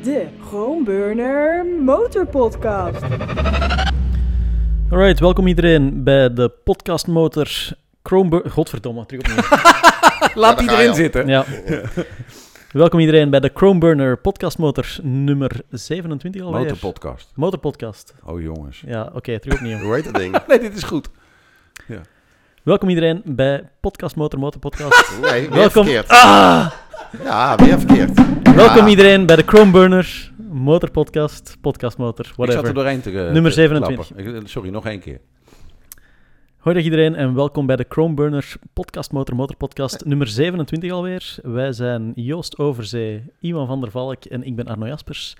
de Chromeburner Motorpodcast. Alright, welkom iedereen bij de podcastmotor Chromeburner... Godverdomme, terug opnieuw. Laat die erin zitten. Ja. Welkom iedereen bij de Chromeburner podcastmotor nummer 27 alweer. Motorpodcast. Motorpodcast. Oh jongens. Ja, oké, terug opnieuw. Hoe heet dat ding? Nee, dit is goed. Ja. Welkom iedereen bij Motorpodcast. Nee, weer Welkom. verkeerd. Ja, weer verkeerd. Welkom iedereen bij de Chromeburner Motorpodcast, podcastmotor, Ik whatever. zat er doorheen te Nummer 27. klappen. Sorry, nog één keer. Hoi dag iedereen en welkom bij de Chromeburner Motorpodcast nummer 27 alweer. Wij zijn Joost Overzee, Iwan van der Valk en ik ben Arno Jaspers.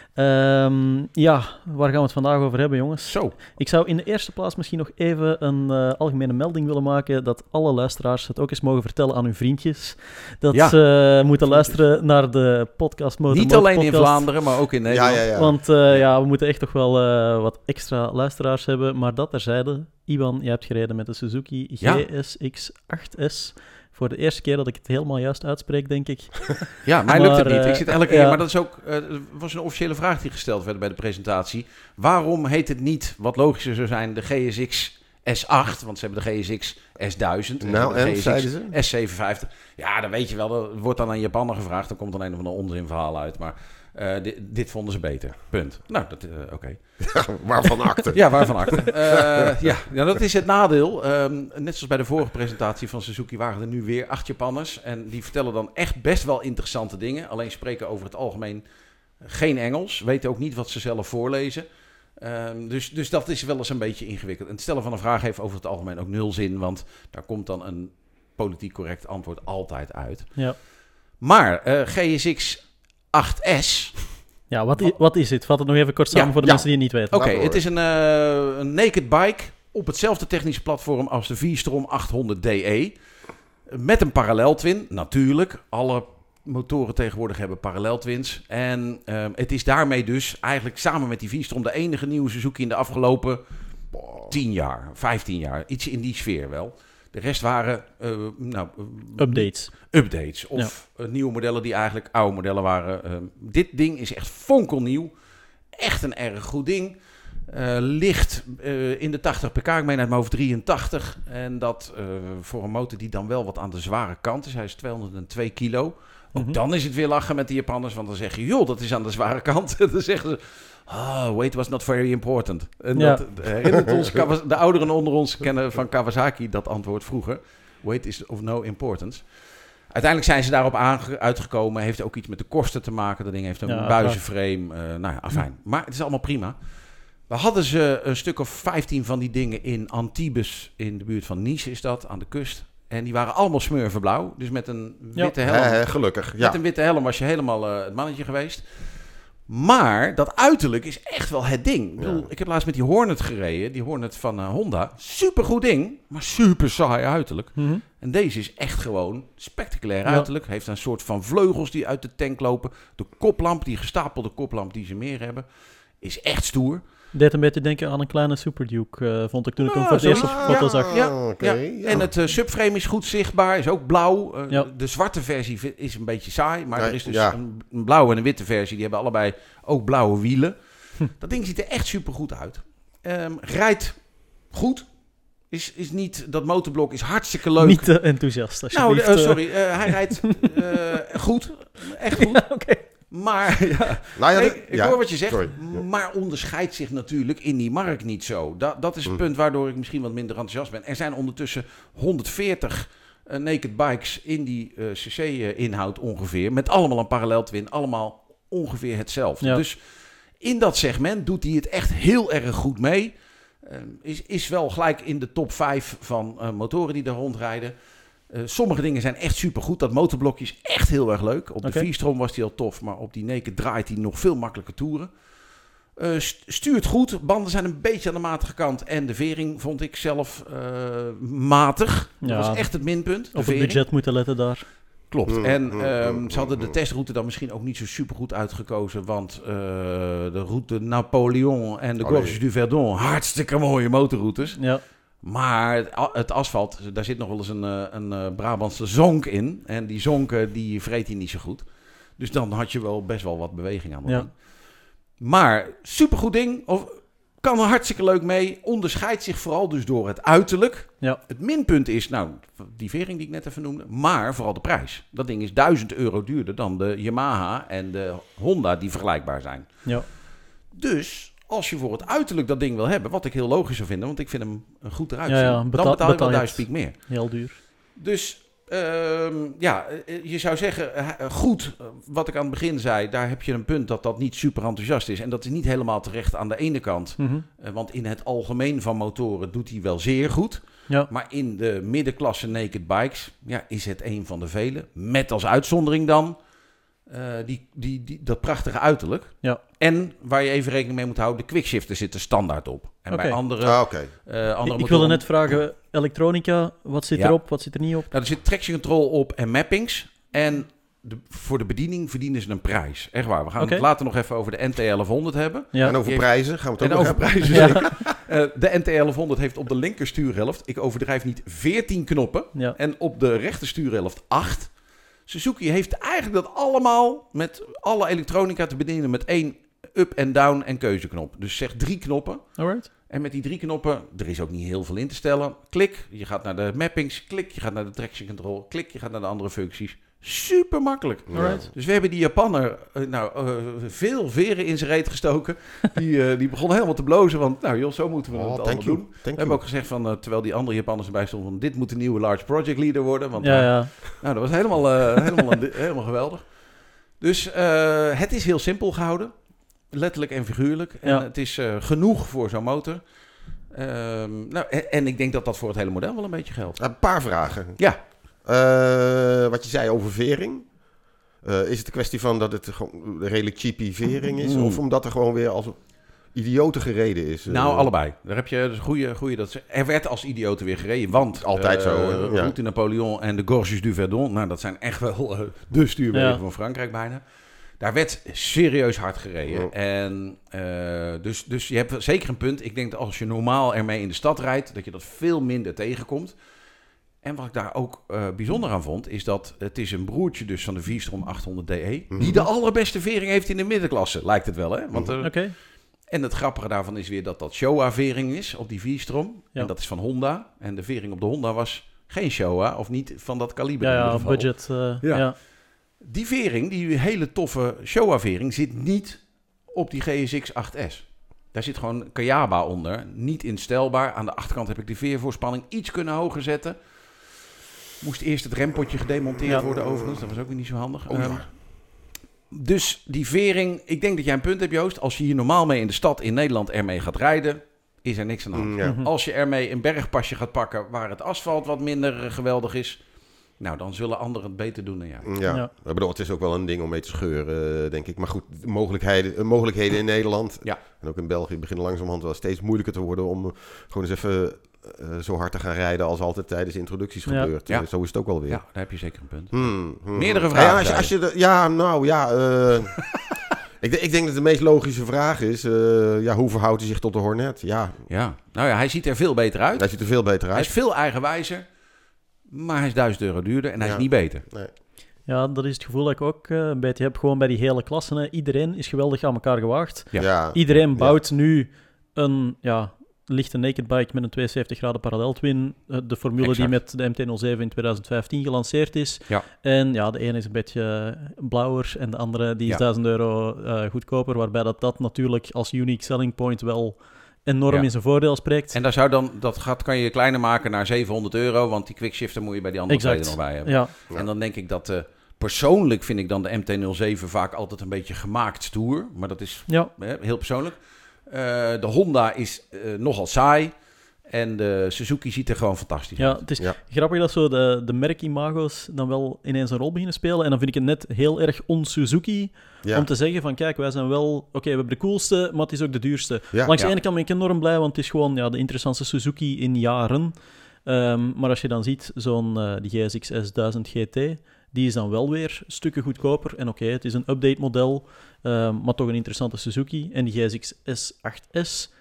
Ja, waar gaan we het vandaag over hebben, jongens? Zo. Ik zou in de eerste plaats misschien nog even een algemene melding willen maken dat alle luisteraars het ook eens mogen vertellen aan hun vriendjes. Dat Ja. ze moeten luisteren naar de podcast Niet alleen in Vlaanderen, maar ook in Nederland. Ja. Want we moeten echt toch wel wat extra luisteraars hebben. Maar dat terzijde, Iwan, jij hebt gereden met de Suzuki Ja. GSX-8S. Voor de eerste keer dat ik het helemaal juist uitspreek, denk ik. Ja, mij lukt het Maar, niet. Ik zit elke keer, ja. maar dat is ook, was een officiële vraag die gesteld werd bij de presentatie. Waarom heet het niet, wat logischer zou zijn, de GSX S8? Want ze hebben de GSX S1000. Nou, de en GSX zeiden ze? S750. Ja, dan weet je wel, dat wordt dan aan Japaner gevraagd. Dan komt er een of ander onzinverhaal uit. Maar dit vonden ze beter. Punt. Nou, oké. Waarvan akte? Ja, waarvan akte. Ja, dat is het nadeel. Net zoals bij de vorige presentatie van Suzuki waren er nu weer 8 Japanners. En die vertellen dan echt best wel interessante dingen. Alleen spreken over het algemeen geen Engels. Weten ook niet wat ze zelf voorlezen. Dus dat is wel eens een beetje ingewikkeld. En het stellen van een vraag heeft over het algemeen ook nul zin. Want daar komt dan een politiek correct antwoord altijd uit. Ja, Maar GSX 8S... ja wat is het? Vat het nog even kort samen Ja, voor de ja. mensen die het niet weten. Oké, Laat het is een naked bike op hetzelfde technische platform als de V-Strom 800 DE. Met een paralleltwin, natuurlijk. Alle motoren tegenwoordig hebben paralleltwins. En het is daarmee dus eigenlijk samen met die V-Strom de enige nieuwe Suzuki in de afgelopen 10 jaar, 15 jaar. Iets in die sfeer wel. De rest waren Updates. of nieuwe modellen die eigenlijk oude modellen waren. Dit ding is echt fonkelnieuw. Echt een erg goed ding. Ligt in de 80 pk, ik meen uit mijn hoofd 83. En dat voor een motor die dan wel wat aan de zware kant is. Hij is 202 kilo. Ook dan is het weer lachen met de Japanners. Want dan zeg je, joh, dat is aan de zware kant. Dan zeggen ze, weight was not very important. En Ja. dat herinnert ons, de ouderen onder ons kennen van Kawasaki dat antwoord vroeger. Weight is of no importance. Uiteindelijk zijn ze daarop uitgekomen. Heeft ook iets met de kosten te maken. Dat ding heeft een buizenframe. Afijn. Maar het is allemaal prima. We hadden ze een stuk of 15 van die dingen in Antibes. In de buurt van Nice is dat, aan de kust. En die waren allemaal smurvenblauw. Dus met een witte helm. Gelukkig, ja. Met een witte helm was je helemaal het mannetje geweest. Maar dat uiterlijk is echt wel het ding. Ik bedoel, ik heb laatst met die Hornet gereden. Die Hornet van Honda. Supergoed ding, maar super saai uiterlijk. Mhm. En deze is echt gewoon spectaculair Ja. uiterlijk. Heeft een soort van vleugels die uit de tank lopen. De koplamp, die gestapelde koplamp die ze meer hebben, is echt stoer. Deed een beetje denken aan een kleine Super Duke, vond ik toen ik hem voor het eerst op foto zag. Ja, oké, ja. ja. En het subframe is goed zichtbaar, is ook blauw. Ja. De zwarte versie is een beetje saai, maar Nee, er is dus ja. een blauwe en een witte versie. Die hebben allebei ook blauwe wielen. Dat ding ziet er echt super goed uit. Rijdt goed. Is niet, dat motorblok is hartstikke leuk. Niet te enthousiast, alsjeblieft. Nou, hij rijdt goed. Echt goed. Ja, oké. Maar ja, Nou ja, ik hoor wat je zegt, sorry. maar onderscheidt zich natuurlijk in die markt niet zo. Dat is het punt waardoor ik misschien wat minder enthousiast ben. Er zijn ondertussen 140 naked bikes in die cc-inhoud ongeveer. Met allemaal een paralleltwin, allemaal ongeveer hetzelfde. Ja. Dus in dat segment doet hij het echt heel erg goed mee. Is wel gelijk in de top 5 van motoren die er rondrijden. Sommige dingen zijn echt supergoed. Dat motorblokje is echt heel erg leuk. Op de V-Strom was die al tof, maar op die Naked draait hij nog veel makkelijker toeren. Stuurt goed. Banden zijn een beetje aan de matige kant. En de vering vond ik zelf matig. Dat Ja, was echt het minpunt. Op het budget moeten letten daar. Klopt. En ze hadden de testroute dan misschien ook niet zo supergoed uitgekozen. Want de route Napoleon en de Gorges du Verdon, hartstikke mooie motorroutes. Ja. Maar het asfalt, daar zit nog wel eens een Brabantse zonk in. En die zonken, die vreet hij niet zo goed. Dus dan had je wel best wel wat beweging aan dat ding. Maar supergoed ding. Kan er hartstikke leuk mee. Onderscheidt zich vooral dus door het uiterlijk. Ja. Het minpunt is, die vering die ik net even noemde. Maar vooral de prijs. Dat ding is €1.000 duurder dan de Yamaha en de Honda die vergelijkbaar zijn. Ja. Dus als je voor het uiterlijk dat ding wil hebben, wat ik heel logisch zou vinden, want ik vind hem goed eruit zien, Ja, dan betaal je wel $1000 meer. Heel duur. Dus je zou zeggen, goed, wat ik aan het begin zei, daar heb je een punt dat niet super enthousiast is. En dat is niet helemaal terecht aan de ene kant. Mm-hmm. Want in het algemeen van motoren doet hij wel zeer goed. Ja. Maar in de middenklasse naked bikes is het een van de vele. Met als uitzondering dan dat prachtige uiterlijk. Ja. En waar je even rekening mee moet houden, de quickshifter zit er standaard op. En bij andere Ik motoren, wilde net vragen, elektronica, wat zit erop, wat zit er niet op? Nou, er zit traction control op en mappings. En voor de bediening verdienen ze een prijs. Echt waar. We gaan het later nog even over de NT1100 hebben. Ja. En over prijzen gaan we het ook En nog over hebben. prijzen zeker. De NT1100 heeft op de linker stuurhelft, ik overdrijf niet, 14 knoppen. Ja. En op de rechter stuurhelft 8. Suzuki heeft eigenlijk dat allemaal met alle elektronica te bedienen met 1 up en down en keuzeknop. Dus zeg 3 knoppen. Alright. En met die 3 knoppen, er is ook niet heel veel in te stellen. Klik, je gaat naar de mappings. Klik, je gaat naar de traction control. Klik, je gaat naar de andere functies. Super makkelijk. Alright. Dus we hebben die Japanner veel veren in zijn reet gestoken. Die begon helemaal te blozen. Want zo moeten we het allemaal doen. We hebben ook gezegd van, terwijl die andere Japanners erbij stonden, van dit moet de nieuwe large project leader worden. Want dat was helemaal geweldig. Dus het is heel simpel gehouden. Letterlijk en figuurlijk. En het is genoeg voor zo'n motor. En ik denk dat dat voor het hele model wel een beetje geldt. Een paar vragen. Ja. Wat je zei over vering. Is het een kwestie van dat het gewoon een redelijk cheapy vering is? Of omdat er gewoon weer als idiote gereden is? Allebei. Daar heb je dus goede er werd als idiote weer gereden. Want altijd zo. Route Napoleon en de Gorges du Verdon. Dat zijn echt wel de stuurwegen van Frankrijk bijna. Daar werd serieus hard gereden. Oh. En dus je hebt zeker een punt. Ik denk dat als je normaal ermee in de stad rijdt, dat je dat veel minder tegenkomt. En wat ik daar ook bijzonder aan vond, is dat het is een broertje dus van de V-Strom 800 DE, die de allerbeste vering heeft in de middenklasse, lijkt het wel, hè? Want, En het grappige daarvan is weer dat Showa-vering is op die V-Strom. Ja. En dat is van Honda. En de vering op de Honda was geen Showa, of niet van dat kaliber. Ja, budget. Ja. Die vering, die hele toffe Showa-vering, zit niet op die GSX 8S. Daar zit gewoon Kayaba onder. Niet instelbaar. Aan de achterkant heb ik de veervoorspanning iets kunnen hoger zetten. Moest eerst het rempotje gedemonteerd worden overigens. Dat was ook weer niet zo handig. Dus die vering, ik denk dat jij een punt hebt, Joost. Als je hier normaal mee in de stad in Nederland ermee gaat rijden, is er niks aan de hand. Ja. Als je ermee een bergpasje gaat pakken waar het asfalt wat minder geweldig is, dan zullen anderen het beter doen dan jou. Ja. Ik bedoel, het is ook wel een ding om mee te scheuren, denk ik. Maar goed, mogelijkheden in Nederland en ook in België beginnen langzamerhand wel steeds moeilijker te worden om gewoon eens even zo hard te gaan rijden als altijd tijdens introducties gebeurt. Ja. Zo is het ook wel weer. Ja, daar heb je zeker een punt. Meerdere vragen. Ik denk dat de meest logische vraag is, hoe verhoudt hij zich tot de Hornet? Ja. Hij ziet er veel beter uit. Hij is veel eigenwijzer, maar hij is €1000 duurder en hij is niet beter. Nee. Ja, dat is het gevoel dat ik ook een beetje heb, gewoon bij die hele klassen. Hè. Iedereen is geweldig aan elkaar gewaagd. Ja. Iedereen bouwt nu een lichte naked bike met een 72 graden parallel twin. De formule die met de MT-07 in 2015 gelanceerd is. Ja. En de ene is een beetje blauwer en de andere die is €1000 goedkoper. Waarbij dat natuurlijk als unique selling point wel enorm in zijn voordeel spreekt. En daar zou kan je kleiner maken naar €700, want die quickshifter moet je bij die andere twee er nog bij hebben. Ja. En dan denk ik dat persoonlijk vind ik dan de MT-07 vaak altijd een beetje gemaakt stoer, maar dat is heel persoonlijk. De Honda is nogal saai en de Suzuki ziet er gewoon fantastisch uit. Het is grappig dat zo de merkimago's dan wel ineens een rol beginnen spelen. En dan vind ik het net heel erg on-Suzuki om te zeggen van kijk, wij zijn wel... Oké, we hebben de coolste, maar het is ook de duurste. Langs de ene kant ben ik enorm blij, want het is gewoon de interessantste Suzuki in jaren. Maar als je dan ziet, die GSX S1000 GT... Die is dan wel weer stukken goedkoper. En het is een update model, maar toch een interessante Suzuki. En die GSX S8S,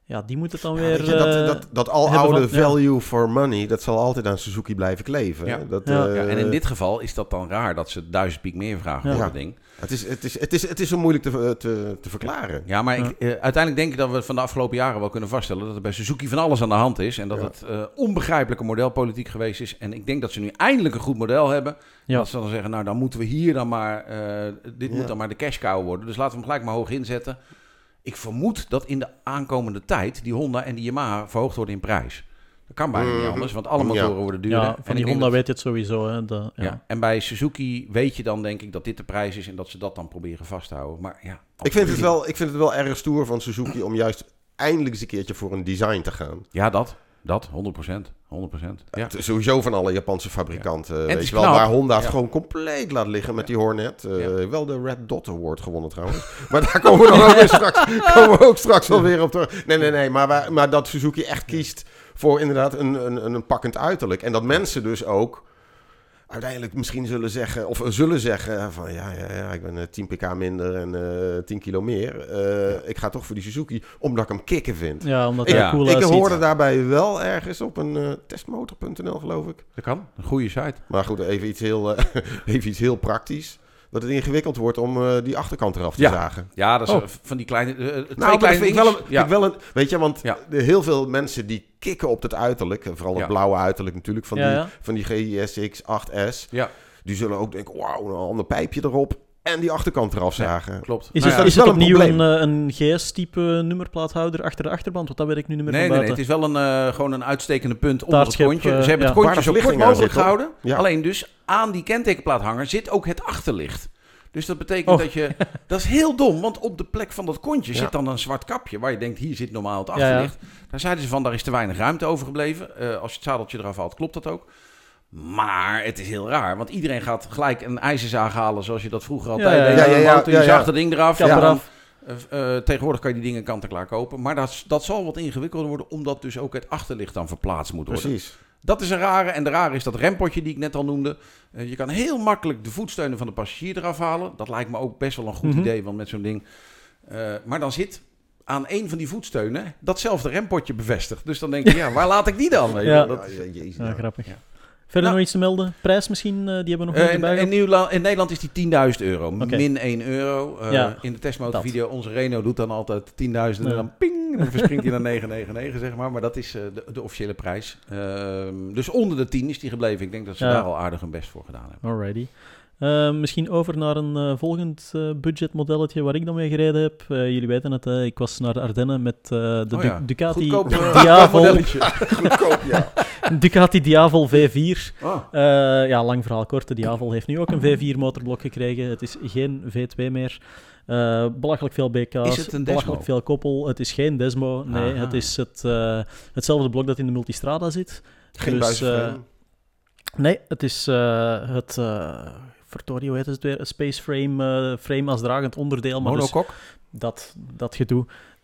Ja, die moet het dan weer... Dat aloude value for money, dat zal altijd aan Suzuki blijven kleven. Ja. En in dit geval is dat dan raar dat ze 1000 piek meer vragen voor dat ding. Het is zo moeilijk te verklaren. Ja, maar uiteindelijk denk ik dat we van de afgelopen jaren wel kunnen vaststellen dat er bij Suzuki van alles aan de hand is. En dat het onbegrijpelijke modelpolitiek geweest is. En ik denk dat ze nu eindelijk een goed model hebben. Ja. Dat ze dan zeggen, nou dan moeten we hier dan maar... dit moet dan maar de cash cow worden. Dus laten we hem gelijk maar hoog inzetten. Ik vermoed dat in de aankomende tijd die Honda en die Yamaha verhoogd worden in prijs. Dat kan bijna niet anders, want alle motoren worden duurder. Ja, van die Honda weet je het sowieso. Hè? En bij Suzuki weet je dan denk ik dat dit de prijs is en dat ze dat dan proberen vast te houden. Maar ja, ik vind het wel erg stoer van Suzuki om juist eindelijk eens een keertje voor een design te gaan. Ja, dat 100%. Ja. Sowieso van alle Japanse fabrikanten. Weet je wel, waar Honda het gewoon compleet laat liggen met die Hornet. Wel de Red Dot Award gewonnen trouwens. Maar daar komen we ook straks wel weer op terug. Nee. Maar dat Suzuki echt kiest voor inderdaad een pakkend uiterlijk. En dat mensen dus ook uiteindelijk misschien zullen zeggen van ja, ik ben 10 pk minder en 10 kilo meer. Ik ga toch voor die Suzuki, omdat ik hem kicken vind. Ja, omdat hij cool uitziet. Ik hoorde daarbij wel ergens op een testmotor.nl, geloof ik. Dat kan, een goede site. Maar goed, even iets heel praktisch. Dat het ingewikkeld wordt om die achterkant eraf te zagen. Ja, dat is van die kleine... weet je, want heel veel mensen die kikken op het uiterlijk. Vooral het blauwe uiterlijk natuurlijk van die GSX 8S. Ja. Die zullen ook denken, wauw, een ander pijpje erop. En die achterkant eraf zagen. Ja, klopt. Is het opnieuw een GS-type nummerplaathouder achter de achterband? Want dat weet ik nu niet meer van buiten. Nee, het is wel gewoon een uitstekende punt onder het kontje. Ze hebben het kontje zo kort mogelijk gehouden. Ja. Alleen dus aan die kentekenplaathanger zit ook het achterlicht. Dus dat betekent dat je... Dat is heel dom, want op de plek van dat kontje zit dan een zwart kapje... waar je denkt, hier zit normaal het achterlicht. Ja. Daar zeiden ze van, daar is te weinig ruimte overgebleven. Als je het zadeltje eraf haalt, klopt dat ook. Maar het is heel raar, want iedereen gaat gelijk een ijzerzaag halen... zoals je dat vroeger altijd deed. Je zaagt dat ding eraf. Tegenwoordig kan je die dingen kant-en-klaar kopen. Maar dat zal wat ingewikkelder worden... omdat dus ook het achterlicht dan verplaatst moet worden. Precies. Dat is een rare. En de rare is dat rempotje die ik net al noemde. Je kan heel makkelijk de voetsteunen van de passagier eraf halen. Dat lijkt me ook best wel een goed idee, want met zo'n ding... maar dan zit aan een van die voetsteunen datzelfde rempotje bevestigd. Dus dan denk je, waar laat ik die dan? Grappig. Ja. Verder nog iets te melden? Prijs misschien? Die hebben we nog niet erbij. In Nederland is die €10.000. Okay. Min €1. In de testmotorvideo, onze Renault doet dan altijd 10.000 en dan ping, dan verspringt hij naar 999, zeg maar. Maar dat is de officiële prijs. Dus onder de 10 is die gebleven. Ik denk dat ze daar al aardig hun best voor gedaan hebben. Alrighty. Misschien over naar een volgend budgetmodelletje waar ik dan mee gereden heb. Jullie weten het, ik was naar de Ardennen met de Ducati Diavel. Goedkoop, ja. Ducati Diavel V4. Lang verhaal kort. De Diavel heeft nu ook een V4 motorblok gekregen. Het is geen V2 meer. Belachelijk veel BK's. Is het een belachelijk veel koppel. Het is geen Desmo. Nee, het is hetzelfde blok dat in de Multistrada zit. Geen buizenframe. Nee, het is het... Vertorie, hoe heet het weer? Space frame, frame als dragend onderdeel. Monokok? Dus dat gedoe.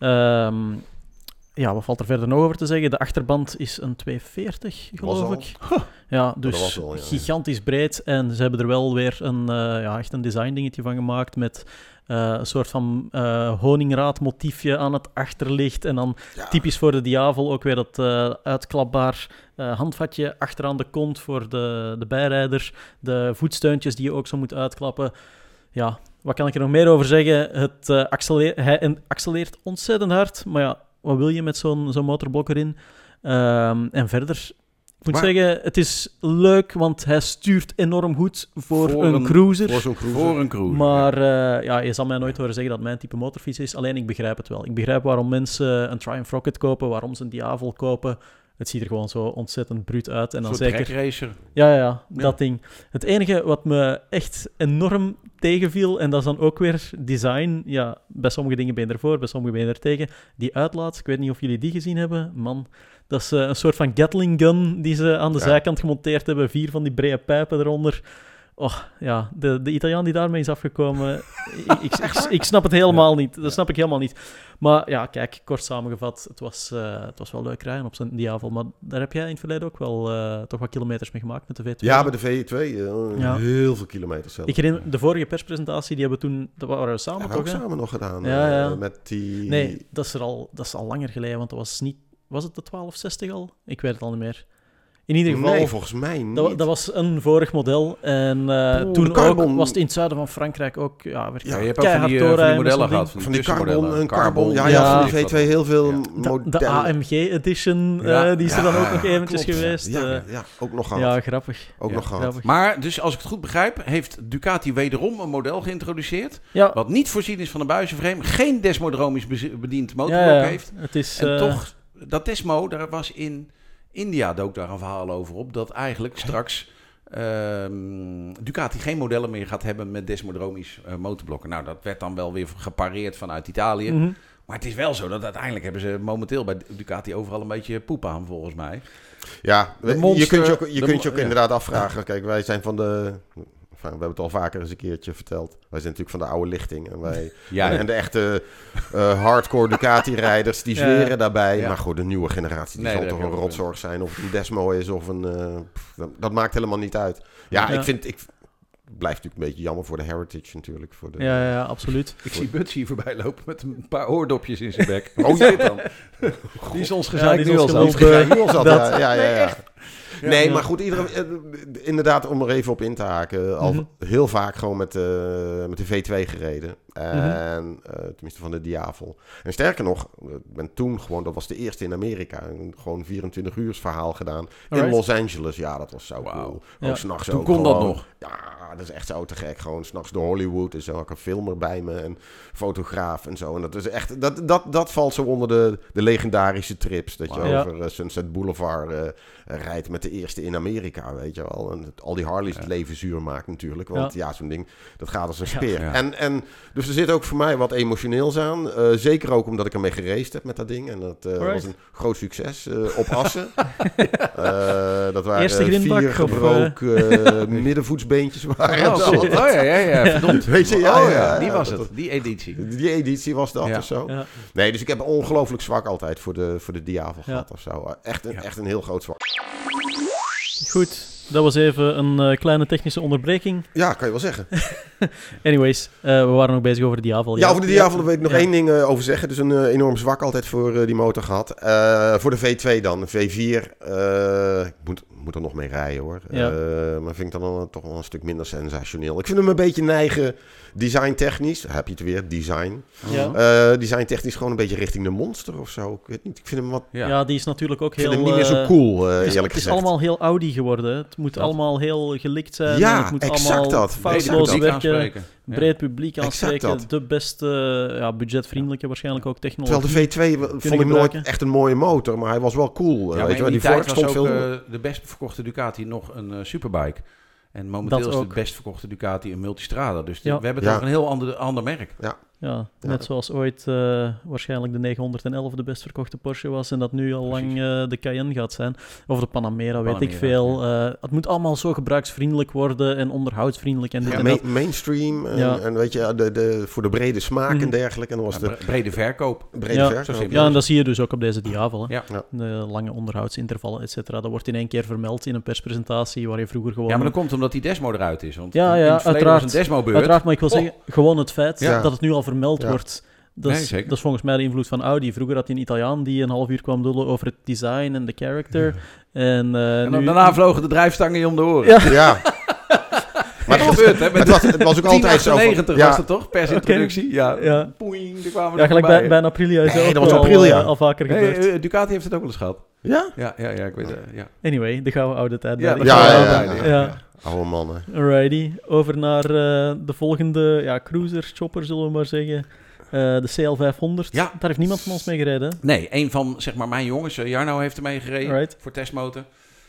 Wat valt er verder nog over te zeggen? De achterband is een 240, geloof ik. Ja, dus gigantisch breed. En ze hebben er wel weer echt een design dingetje van gemaakt met een soort van honingraadmotiefje aan het achterlicht. En dan typisch voor de Diavel ook weer dat uitklapbaar handvatje achteraan de kont voor de bijrijder. De voetsteuntjes die je ook zo moet uitklappen. Ja, wat kan ik er nog meer over zeggen? Hij accelereert ontzettend hard, maar ja, wat wil je met zo'n motorblok erin? En verder, ik moet zeggen, het is leuk, want hij stuurt enorm goed voor een cruiser. Voor een cruiser. Maar je zal mij nooit horen zeggen dat mijn type motorfiets is. Alleen ik begrijp het wel. Ik begrijp waarom mensen een Triumph Rocket kopen, waarom ze een Diavel kopen. Het ziet er gewoon zo ontzettend bruut uit. En dan zeker trackracer. Ja, dat ding. Het enige wat me echt enorm tegenviel, en dat is dan ook weer design. Ja, bij sommige dingen ben je ervoor, bij sommige ben je er tegen. Die uitlaat, ik weet niet of jullie die gezien hebben. Man, dat is een soort van Gatling gun die ze aan de zijkant gemonteerd hebben. 4 van die brede pijpen eronder. de Italiaan die daarmee is afgekomen, ik snap het helemaal niet. Dat snap ik helemaal niet. Maar ja, kijk, kort samengevat, het was wel leuk rijden op zo'n Diavel. Maar daar heb jij in het verleden ook wel toch wat kilometers mee gemaakt met de V2. Ja, bij de V2. Heel veel kilometers zelf. Ik herinner de vorige perspresentatie, die hebben we toen... Dat waren we samen, toch? toch? Hebben we ook samen nog gedaan. Ja. Met die... Nee, dat is al langer geleden, want dat was niet... Was het de 1260 al? Ik weet het al niet meer. In ieder geval... Nee, volgens mij niet. Dat was een vorig model. En toen ook, was het in het zuiden van Frankrijk ook... Ja, je hebt ook van die modellen gehad. Van die carbon. Ja, van die V2 heel veel modellen. De AMG Edition, die is er dan ook nog eventjes geweest. Ja, ook nog gehad. Ja, grappig. Nog gehad. Maar, dus als ik het goed begrijp, heeft Ducati wederom een model geïntroduceerd. Ja. Wat niet voorzien is van een buizenframe. Geen desmodromisch bediend motorblok heeft. Het is, en toch, dat Desmo, daar was in... India dook daar een verhaal over op, dat eigenlijk straks Ducati geen modellen meer gaat hebben met desmodromisch motorblokken. Nou, dat werd dan wel weer gepareerd vanuit Italië. Mm-hmm. Maar het is wel zo dat uiteindelijk hebben ze momenteel bij Ducati overal een beetje poep aan, volgens mij. Ja, je kunt je ook inderdaad afvragen. Kijk, wij zijn van de... We hebben het al vaker eens een keertje verteld. Wij zijn natuurlijk van de oude lichting. En, en de echte hardcore Ducati-rijders, die zweren daarbij. Ja. Maar goed, de nieuwe generatie, die zal toch een rotzorg zijn. Of het een Desmo is of een... dat maakt helemaal niet uit. Ja, ik blijf natuurlijk een beetje jammer voor de heritage natuurlijk. Voor de, ja, absoluut. Ik zie Buts hier voorbij lopen met een paar oordopjes in zijn bek. Hoe zit dan? Die is ons gezeik nu al. Ja. Nee, maar goed, inderdaad, om er even op in te haken, al heel vaak gewoon met de V2 gereden. En tenminste van de Diavel. En sterker nog, ik ben toen gewoon, dat was de eerste in Amerika, gewoon 24 uur verhaal gedaan. In Los Angeles, ja, dat was zo cool. Ook 's nachts toen ook kon gewoon, dat nog. Ja, dat is echt zo te gek. Gewoon 's nachts door Hollywood en zo. Ik een filmer bij me en fotograaf en zo. En dat is echt, dat valt zo onder de legendarische trips. Dat je over Sunset Boulevard rijdt met de eerste in Amerika, weet je wel. En al die Harleys het leven zuur maakt natuurlijk. Want zo'n ding, dat gaat als een speer. Ja. En dus er zit ook voor mij wat emotioneels aan. Zeker ook omdat ik ermee geraced heb met dat ding. En dat was een groot succes op Assen. Dat waren eerste 4 gebroken middenvoetsbeentjes. Ja, verdomd. Weet je, die was het. Die editie. Die editie was dat of zo. Ja. Nee, dus ik heb een ongelooflijk zwak altijd voor de Diavel gehad of zo. Echt een heel groot zwak. Goed, dat was even een kleine technische onderbreking. Ja, kan je wel zeggen. Anyways, we waren nog bezig over de Diavel. Ja, over de Diavel wil ik nog één ding over zeggen. Dus een enorm zwak altijd voor die motor gehad. Voor de V2 dan, de V4. Ik moet er nog mee rijden hoor. Ja. Maar vind ik dan toch wel een stuk minder sensationeel. Ik vind hem een beetje neigen designtechnisch. Heb je het weer, design. Ja. Designtechnisch gewoon een beetje richting de Monster of zo. Ik weet niet, ik vind hem wat... Ja, die is natuurlijk ook heel... Ik vind hem niet meer zo cool, eerlijk gezegd. Het is allemaal heel Audi geworden. Het moet allemaal heel gelikt zijn. Ja, het moet exact allemaal dat. foutloos werken. Breed Ja. publiek aanspreken. De beste, budgetvriendelijke waarschijnlijk ook technologie. Terwijl de V2 vond ik nooit echt een mooie motor, maar hij was wel cool. Ja, weet je, in die tijd was ook de best verkochte Ducati nog een superbike. En momenteel is de best verkochte Ducati een Multistrada. Dus we hebben het over een heel ander merk. Ja, net zoals ooit waarschijnlijk de 911 de best verkochte Porsche was en dat nu al lang de Cayenne gaat zijn. Of de Panamera, weet ik veel. Het moet allemaal zo gebruiksvriendelijk worden en onderhoudsvriendelijk. En mainstream en weet je, voor de brede smaak en dergelijke. En dan was de brede verkoop. Ja, en dat zie je dus ook op deze Diavel. Ja. De lange onderhoudsintervallen, et cetera. Dat wordt in één keer vermeld in een perspresentatie waar je vroeger gewoon... Ja, maar dat komt omdat die Desmo eruit is. Want uiteraard, was een Desmo-beurt. Uiteraard, maar ik wil zeggen, gewoon het feit dat het nu al vermeld wordt. Dat is volgens mij de invloed van Audi. Vroeger had je een Italiaan die een half uur kwam dullen over het design en de character. En daarna vlogen de drijfstangen je om de oren. Ja. Maar het gebeurt, hè? Het was ook altijd zo. 90 was het toch? Persintroductie. Ja. Poing, gelijk bij een Aprilia is dat was al vaker gebeurd. Ducati heeft het ook wel eens gehad. Ja? Ja, ik weet het. Ja. Anyway, de gouden oude tijd. Ja. Oude mannen. Alrighty. Over naar de volgende cruiser, chopper zullen we maar zeggen. De CL500. Ja. Daar heeft niemand van ons mee gereden. Nee, een van zeg maar mijn jongens, Jarno, heeft er mee gereden voor testmotor.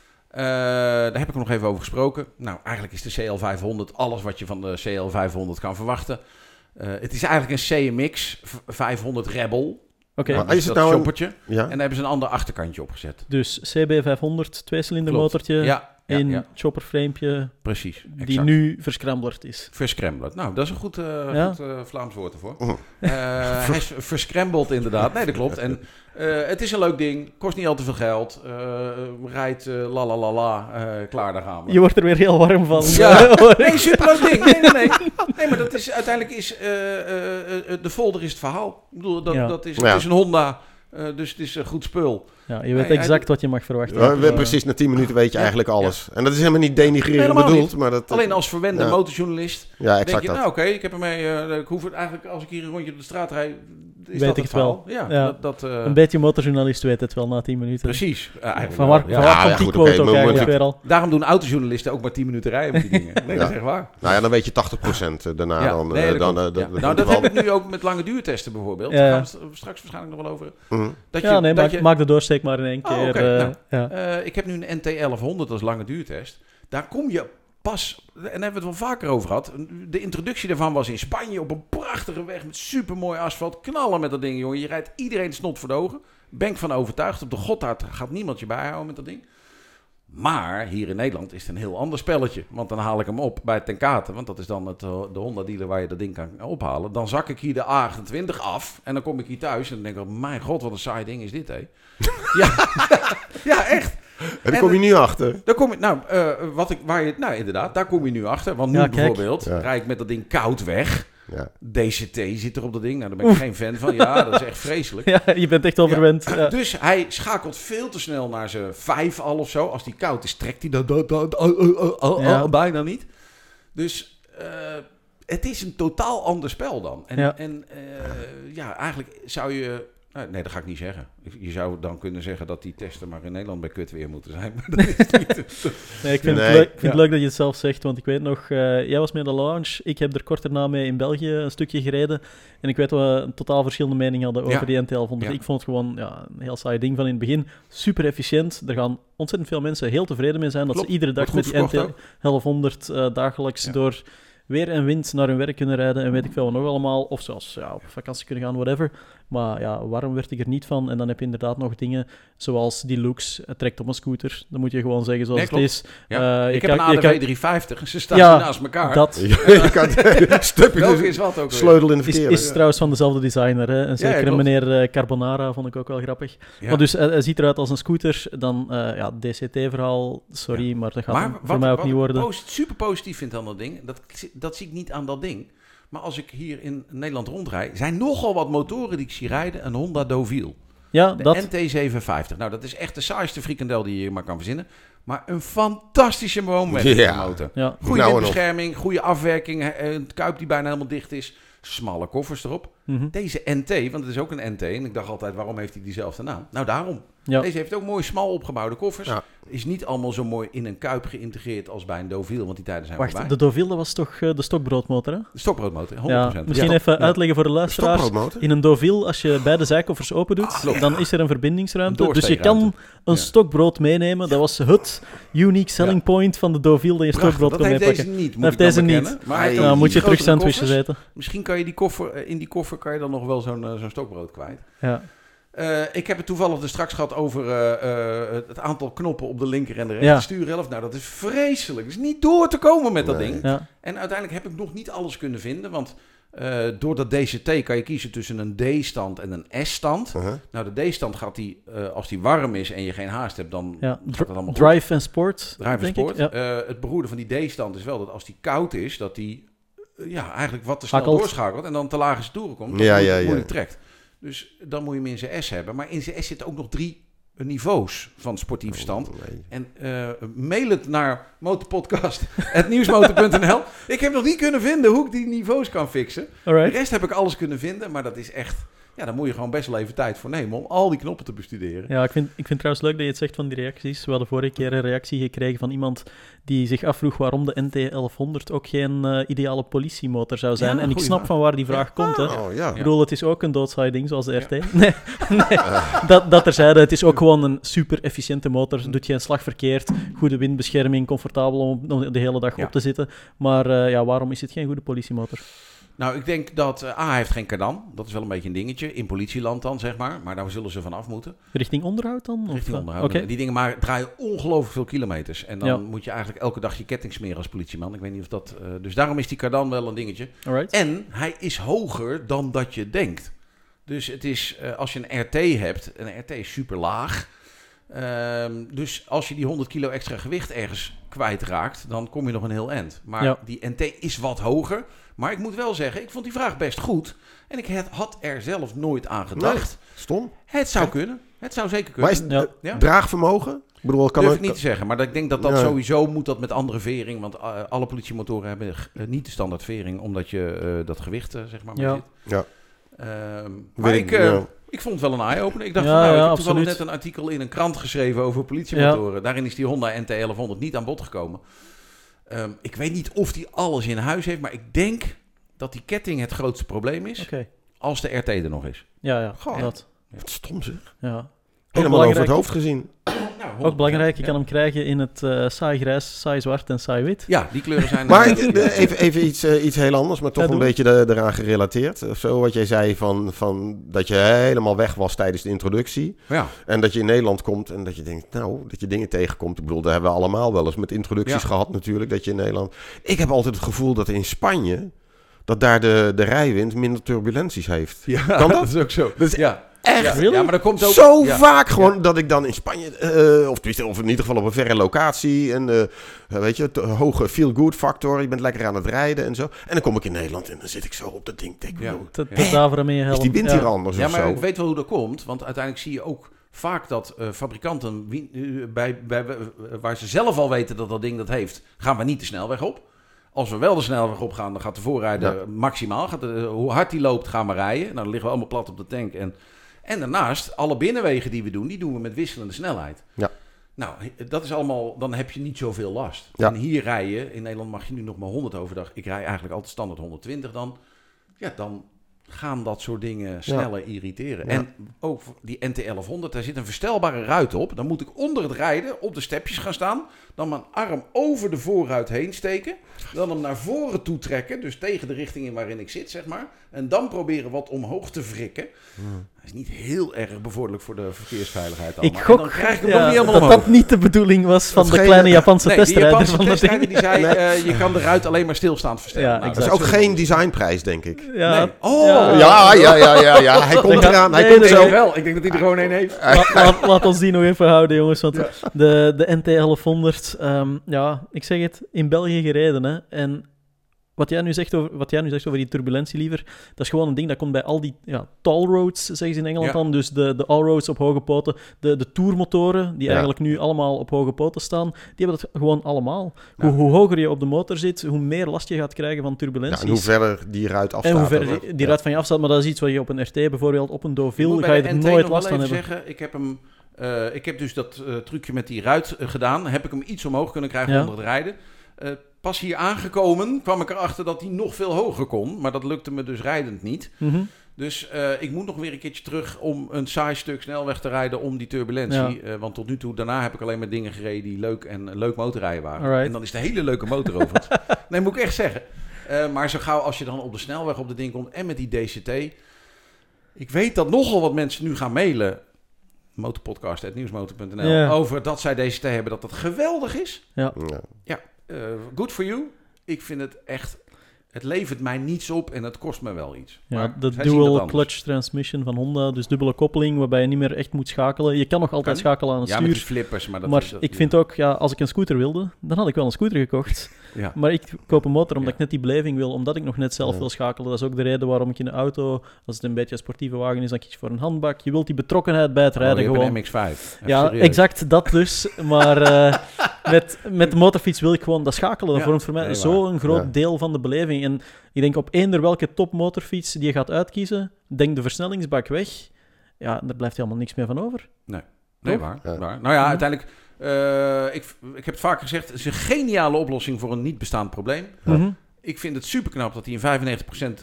Daar heb ik nog even over gesproken. Nou, eigenlijk is de CL500 alles wat je van de CL500 kan verwachten. Het is eigenlijk een CMX 500 Rebel. Oké. Maar is het nou shoppertje? En daar hebben ze een ander achterkantje opgezet. Dus CB500, tweecilinder motortje. Ja. in chopperframepje. Precies. Die exact. nu verscramblerd is. Verscramblerd. Nou, dat is een goed Vlaams woord ervoor. Hij is verscrambled inderdaad. Nee, dat klopt. En het is een leuk ding. Kost niet al te veel geld. Rijdt klaar, daar gaan we. Je wordt er weer heel warm van. Nee, superleuk ding. Nee, maar dat is, uiteindelijk is de folder is het verhaal. Ik bedoel, het is een Honda. Dus het is een goed spul. Ja, je weet exact wat je mag verwachten. Ja, precies, na 10 minuten weet je eigenlijk alles. Ja. En dat is helemaal niet denigrerend bedoeld. Niet. Maar dat, alleen als verwende motorjournalist exact denk je, nou oké, ik heb ermee... ik hoef het eigenlijk, als ik hier een rondje op de straat rijd... Is weet dat ik het wel. Ja. Een beetje motorjournalist weet het wel na 10 minuten. Precies. Van waar komt die quote ook eigenlijk weer al? Daarom doen autojournalisten ook maar 10 minuten rijden met die dingen. Nee, dat is echt waar. Nou ja, dan weet je 80% daarna. Nou, dat heb ik nu ook met lange duurtesten bijvoorbeeld. Daar gaan we straks waarschijnlijk nog wel over. Maak de doorsteek maar in één keer. Ik heb nu een NT1100 als lange duurtest. Daar kom je pas, en daar hebben we het wel vaker over gehad. De introductie daarvan was in Spanje op een prachtige weg met supermooi asfalt. Knallen met dat ding, jongen. Je rijdt iedereen snot voor de ogen. Ben ik van overtuigd. Op de Gotthard gaat niemand je bijhouden met dat ding. Maar hier in Nederland is het een heel ander spelletje. Want dan haal ik hem op bij Ten Kate. Want dat is dan de Honda-dealer waar je dat ding kan ophalen. Dan zak ik hier de A28 af. En dan kom ik hier thuis en dan denk ik... mijn god, wat een saai ding is dit, hé. Ja, echt. En daar kom je nu achter. Daar kom je, inderdaad, daar kom je nu achter. Want nu bijvoorbeeld rijd ik met dat ding koud weg. Ja. DCT zit er op dat ding. Nou, daar ben ik geen fan van. Ja, dat is echt vreselijk. Ja, je bent echt al verwend. Ja. Dus hij schakelt veel te snel naar zijn 5 al of zo. Als die koud is, trekt hij dat bijna niet. Dus het is een totaal ander spel dan. En eigenlijk zou je... Nee, dat ga ik niet zeggen. Je zou dan kunnen zeggen dat die testen maar in Nederland bij kut weer moeten zijn. Maar dat is niet. Ik vind het leuk dat je het zelf zegt, want ik weet nog, jij was met de launch. Ik heb er kort daarna mee in België een stukje gereden. En ik weet dat we een totaal verschillende mening hadden over die NT1100. Ja. Ik vond het gewoon een heel saai ding van in het begin. Super efficiënt. Er gaan ontzettend veel mensen heel tevreden mee zijn dat ze iedere dag met die NT1100 dagelijks door weer en wind naar hun werk kunnen rijden en weet ik veel nog allemaal. Of zelfs op vakantie kunnen gaan, whatever. Maar waarom werd ik er niet van? En dan heb je inderdaad nog dingen zoals die looks. Het trekt op een scooter. Dan moet je gewoon zeggen zoals het is. Ja. Ik heb een ADW 350 en ze staan naast elkaar. Je kan sleutel in de verkeerde. Is trouwens van dezelfde designer. Hè? En zeker meneer Carbonara vond ik ook wel grappig. Ja. Maar dus hij ziet eruit als een scooter. Dan DCT-verhaal, sorry, maar dat gaat voor mij ook niet worden. Wat ik super positief vind aan dat ding, dat zie ik niet aan dat ding. Maar als ik hier in Nederland rondrijd, zijn nogal wat motoren die ik zie rijden. Een Honda Deauville. Ja, de NT750. Nou, dat is echt de saaiste frikandel die je maar kan verzinnen. Maar een fantastisje woonwegmotor. Ja. Goede windbescherming, goede afwerking. Een kuip die bijna helemaal dicht is. Smalle koffers erop. Mm-hmm. Deze NT, want het is ook een NT. En ik dacht altijd, waarom heeft hij diezelfde naam? Nou, daarom. Ja. Deze heeft ook mooi smal opgebouwde koffers. Ja. Is niet allemaal zo mooi in een kuip geïntegreerd als bij een Deauville, want die tijden zijn voorbij. De Deauville, dat was toch de stokbroodmotor, hè? De stokbroodmotor, 100%. Ja, misschien even uitleggen voor de luisteraars. In een Deauville, als je beide zijkoffers open doet, dan is er een verbindingsruimte. Dus je kan een stokbrood meenemen. Dat was het unique selling point van de Deauville, dat je stokbrood kon meepakken. Dat heeft deze niet. Maar moet je terug sandwiches eten. Misschien kan je in die koffer kan je dan nog wel zo'n stokbrood kwijt. Ja. Ik heb het toevallig er straks gehad over het aantal knoppen op de linker en de rechter stuurhelft. Nou, dat is vreselijk. Het is niet door te komen met dat ding. Ja. En uiteindelijk heb ik nog niet alles kunnen vinden, want door dat DCT kan je kiezen tussen een D-stand en een S-stand. Uh-huh. Nou, de D-stand gaat als die warm is en je geen haast hebt, dan gaat het allemaal goed. Drive en sport. Ja. Het beroerde van die D-stand is wel dat als die koud is, dat die eigenlijk wat te snel doorschakelt en dan te laag in zijn toeren komt. Moeilijk trekt. Dus dan moet je hem in zijn S hebben. Maar in zijn S zitten ook nog 3 niveaus van sportieve stand. En mail het naar motorpodcast@nieuwsmotor.nl. Ik heb nog niet kunnen vinden hoe ik die niveaus kan fixen. Alright. De rest heb ik alles kunnen vinden, maar dat is echt... Ja, daar moet je gewoon best wel even tijd voor nemen om al die knoppen te bestuderen. Ja, ik vind trouwens leuk dat je het zegt van die reacties. We hadden vorige keer een reactie gekregen van iemand die zich afvroeg waarom de NT1100 ook geen ideale politiemotor zou zijn. En ik snap van waar die vraag komt. Hè. Ik bedoel, het is ook een doodsaai ding zoals de RT. Ja. Nee. Dat terzijde. Het is ook gewoon een super efficiënte motor. Doet geen slag verkeerd. Goede windbescherming. Comfortabel om de hele dag op te zitten. Maar waarom is het geen goede politiemotor? Nou, ik denk dat hij heeft geen kardan. Dat is wel een beetje een dingetje. In politieland dan, zeg maar. Maar daar zullen ze vanaf moeten. Richting onderhoud dan? Richting onderhoud. Okay. Die dingen draaien ongelooflijk veel kilometers. En dan moet je eigenlijk elke dag je ketting smeren als politieman. Ik weet niet of dat... dus daarom is die kardan wel een dingetje. Alright. En hij is hoger dan dat je denkt. Dus het is, als je een RT hebt... Een RT is super laag. Dus als je die 100 kilo extra gewicht ergens kwijtraakt... dan kom je nog een heel eind. Maar die NT is wat hoger... Maar ik moet wel zeggen, ik vond die vraag best goed. En ik had er zelf nooit aan gedacht. Nee, stom. Het zou kunnen. Het zou zeker kunnen. Maar is het draagvermogen? Ik bedoel, durf ik niet te zeggen. Maar ik denk dat sowieso moet dat met andere vering. Want alle politiemotoren hebben niet de standaard vering. Omdat je dat gewicht zeg maar mee zit. Ja. Maar ik vond het wel een eye-opener. Ik dacht, ik heb toevallig net een artikel in een krant geschreven over politiemotoren. Daarin is die Honda NT1100 niet aan bod gekomen. Ik weet niet of die alles in huis heeft, maar ik denk dat die ketting het grootste probleem is. Als de RT er nog is. Ja. Dat. Wat stom zeg. Ja. Helemaal over het hoofd gezien. Ook belangrijk, je kan hem krijgen in het saai grijs, saai zwart en saai wit. Ja, die kleuren zijn... Maar even iets heel anders, maar toch een beetje eraan gerelateerd. Of zo, wat jij zei van dat je helemaal weg was tijdens de introductie. Ja. En dat je in Nederland komt en dat je denkt, dat je dingen tegenkomt. Ik bedoel, daar hebben we allemaal wel eens met introducties gehad natuurlijk, dat je in Nederland... Ik heb altijd het gevoel dat in Spanje, dat daar de rijwind minder turbulenties heeft. Ja, kan dat? Dat is ook zo. Dus echt ja, maar dat komt ook vaak gewoon dat ik dan in Spanje, of in ieder geval op een verre locatie en weet je, hoge feel-good factor, je bent lekker aan het rijden en zo. En dan kom ik in Nederland en dan zit ik zo op dat ding. Is die wind hier anders of zo? Ja, maar ik weet wel hoe dat komt, want uiteindelijk zie je ook vaak dat fabrikanten, waar ze zelf al weten dat ding dat heeft, gaan we niet de snelweg op. Als we wel de snelweg op gaan, dan gaat de voorrijder maximaal. Hoe hard die loopt, gaan we rijden. Nou, dan liggen we allemaal plat op de tank. En daarnaast, alle binnenwegen die doen we met wisselende snelheid. Ja. Nou, dat is allemaal, dan heb je niet zoveel last. Ja. En hier rijden, in Nederland mag je nu nog maar 100 overdag. Ik rij eigenlijk altijd standaard 120 dan. Ja, dan gaan dat soort dingen sneller irriteren. Ja. En ook die NT1100, daar zit een verstelbare ruit op. Dan moet ik onder het rijden op de stepjes gaan staan. Dan mijn arm over de voorruit heen steken. Dan hem naar voren toe trekken. Dus tegen de richting in waarin ik zit, zeg maar. En dan proberen wat omhoog te wrikken. Dat is niet heel erg bevorderlijk voor de verkeersveiligheid allemaal. Ik gok dan krijg ik hem ook niet helemaal omhoog. Dat niet de bedoeling was van de kleine Japanse testrijder. De Japanse testrijder die zei, je kan de ruit alleen maar stilstaand verstellen. Ja, dat is ook geen designprijs, denk ik. Ja. Nee. Oh. Ja. Hij komt eraan. Hij komt zo. Wel. Ik denk dat hij er gewoon één heeft. Laat ons die nog even houden, jongens. Want de NT1100, ik zeg het, in België gereden. Hè. En wat jij nu zegt over die turbulentie liever, dat is gewoon een ding dat komt bij al die tall roads, zeggen ze in Engeland dan. Dus de all-roads op hoge poten. De tourmotoren, die eigenlijk nu allemaal op hoge poten staan, die hebben dat gewoon allemaal. Ja. Hoe hoger je op de motor zit, hoe meer last je gaat krijgen van turbulenties. Ja, en hoe verder die ruit afstaat. En hoe verder die ruit van je afstaat. Maar dat is iets wat je op een RT bijvoorbeeld, op een Deauville, ga je er nooit last van hebben. Zeggen, ik heb dus dat trucje met die ruit gedaan. Heb ik hem iets omhoog kunnen krijgen onder het rijden. Pas hier aangekomen kwam ik erachter dat hij nog veel hoger kon. Maar dat lukte me dus rijdend niet. Mm-hmm. Dus ik moet nog weer een keertje terug om een saai stuk snelweg te rijden om die turbulentie. Ja. Want tot nu toe, daarna heb ik alleen maar dingen gereden die leuk motorrijden waren. Alright. En dan is het een hele leuke motor overigens. Nee, moet ik echt zeggen. Maar zo gauw als je dan op de snelweg op de ding komt en met die DCT. Ik weet dat nogal wat mensen nu gaan mailen. Motorpodcast@nieuwsmotor.nl over dat zij DCT hebben, dat geweldig is. Ja. Good for you. Ik vind het echt... Het levert mij niets op en het kost me wel iets. Ja, maar de dual clutch transmission van Honda, dus dubbele koppeling, waarbij je niet meer echt moet schakelen. Je kan nog altijd schakelen aan een stuur. Ja, met die flippers. Maar ik vind ook, als ik een scooter wilde, dan had ik wel een scooter gekocht. Ja. Maar ik koop een motor omdat ik net die beleving wil, omdat ik nog net zelf wil schakelen. Dat is ook de reden waarom ik in de auto, als het een beetje een sportieve wagen is, dan kies je voor een handbak. Je wilt die betrokkenheid bij het rijden gewoon. Een MX-5. Ja, serieus. Exact, dat dus. Maar met de motorfiets wil ik gewoon dat schakelen. Dat vormt voor mij zo'n groot deel van de beleving. En ik denk op eender welke topmotorfiets die je gaat uitkiezen, denk de versnellingsbak weg. Ja, daar blijft helemaal niks meer van over. Nee, waar. Nou ja, uiteindelijk... Ik heb het vaker gezegd, het is een geniale oplossing voor een niet bestaand probleem. Mm-hmm. Ik vind het super knap dat hij in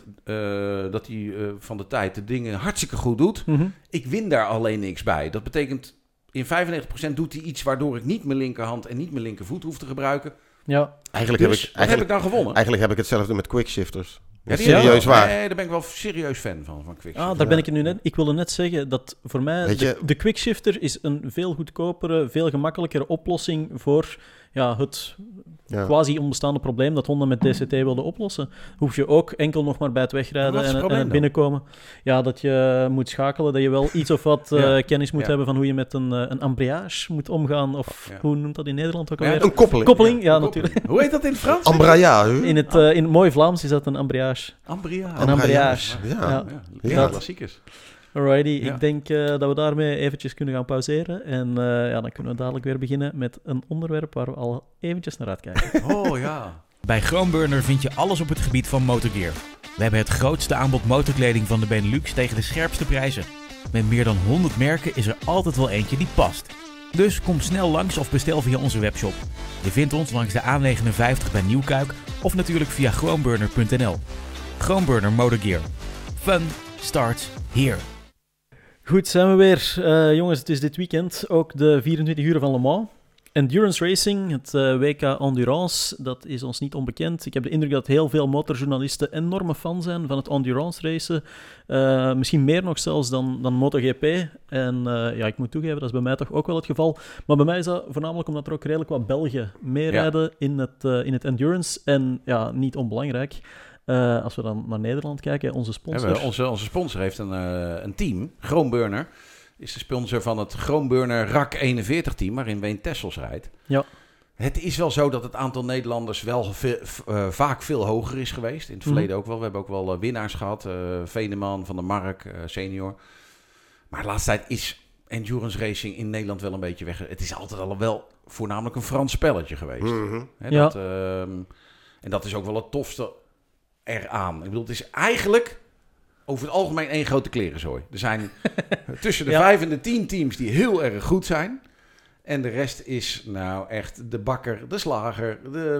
95% van de tijd de dingen hartstikke goed doet. Mm-hmm. Ik win daar alleen niks bij. Dat betekent, in 95% doet hij iets waardoor ik niet mijn linkerhand en niet mijn linkervoet hoef te gebruiken. Ja. Eigenlijk heb ik dan gewonnen? Eigenlijk heb ik hetzelfde met quickshifters. Ja, serieus waar. Nee, daar ben ik wel serieus fan van Quickshifter. Daar ben ik nu net. Ik wilde net zeggen dat voor mij de Quickshifter is een veel goedkopere, veel gemakkelijkere oplossing voor het quasi onbestaande probleem dat Honda met DCT wilde oplossen. Hoef je ook enkel nog maar bij het wegrijden en het binnenkomen. Ja, dat je moet schakelen, dat je wel iets of wat kennis moet hebben van hoe je met een embrayage moet omgaan. Of hoe noemt dat in Nederland ook alweer? Een koppeling. Koppeling, natuurlijk. Hoe heet dat in het Frans? Embrayage. In het mooi Vlaams is dat een embrayage. Embrayage. Een embrayage. Ja, klassiekers. Alrighty, ik denk dat we daarmee eventjes kunnen gaan pauzeren. En dan kunnen we dadelijk weer beginnen met een onderwerp waar we al eventjes naar uitkijken. Oh ja. Bij Chromeburner vind je alles op het gebied van motorgear. We hebben het grootste aanbod motorkleding van de Benelux tegen de scherpste prijzen. Met meer dan 100 merken is er altijd wel eentje die past. Dus kom snel langs of bestel via onze webshop. Je vindt ons langs de A59 bij Nieuwkuik of natuurlijk via chromeburner.nl. Chromeburner Motorgear. Fun starts here. Goed, zijn we weer. Jongens, het is dit weekend ook de 24 uur van Le Mans. Endurance Racing, het WK Endurance, dat is ons niet onbekend. Ik heb de indruk dat heel veel motorjournalisten enorme fan zijn van het endurance racen. Misschien meer nog zelfs dan MotoGP. En ik moet toegeven, dat is bij mij toch ook wel het geval. Maar bij mij is dat voornamelijk omdat er ook redelijk wat Belgen meerijden in het endurance. En ja, niet onbelangrijk. Als we dan naar Nederland kijken, onze sponsor. Onze sponsor heeft een team, Chromeburner. Is de sponsor van het Chromeburner RAK 41 team, waarin Wayne Tessels rijdt. Ja. Het is wel zo dat het aantal Nederlanders wel vaak veel hoger is geweest. In het verleden ook wel. We hebben ook wel winnaars gehad. Veneman, Van der Mark, senior. Maar de laatste tijd is endurance racing in Nederland wel een beetje weg. Het is altijd al wel voornamelijk een Frans spelletje geweest. Mm-hmm. En dat is ook wel het tofste eraan. Ik bedoel, het is eigenlijk over het algemeen één grote klerenzooi. Er zijn tussen de 5 en de 10 teams die heel erg goed zijn. En de rest is nou echt de bakker, de slager,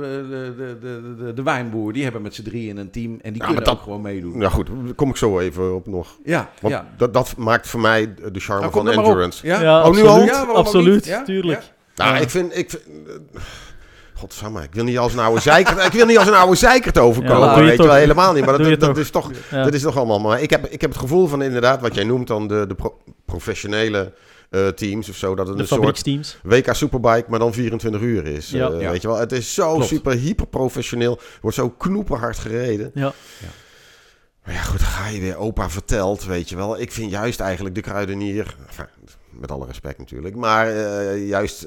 de wijnboer. Die hebben met z'n drieën een team en die kunnen ook gewoon meedoen. Ja goed, daar kom ik zo even op nog. Ja, want dat maakt voor mij de charme van endurance. Ja, nu al? Ja, absoluut, ja? Tuurlijk. Ja. Nou, ik vind godsamme, ik wil niet als een oude zeikert overkomen, weet je wel, helemaal niet. Maar dat is toch allemaal. Maar ik heb het gevoel van inderdaad, wat jij noemt dan de professionele teams of zo, dat het een soort WK Superbike, maar dan 24 uur is. Weet je wel, het is zo super hyper professioneel, wordt zo knoeperhard gereden. Ja. Maar ja, goed, dan ga je weer opa verteld, weet je wel. Ik vind juist eigenlijk de kruidenier, met alle respect natuurlijk, maar juist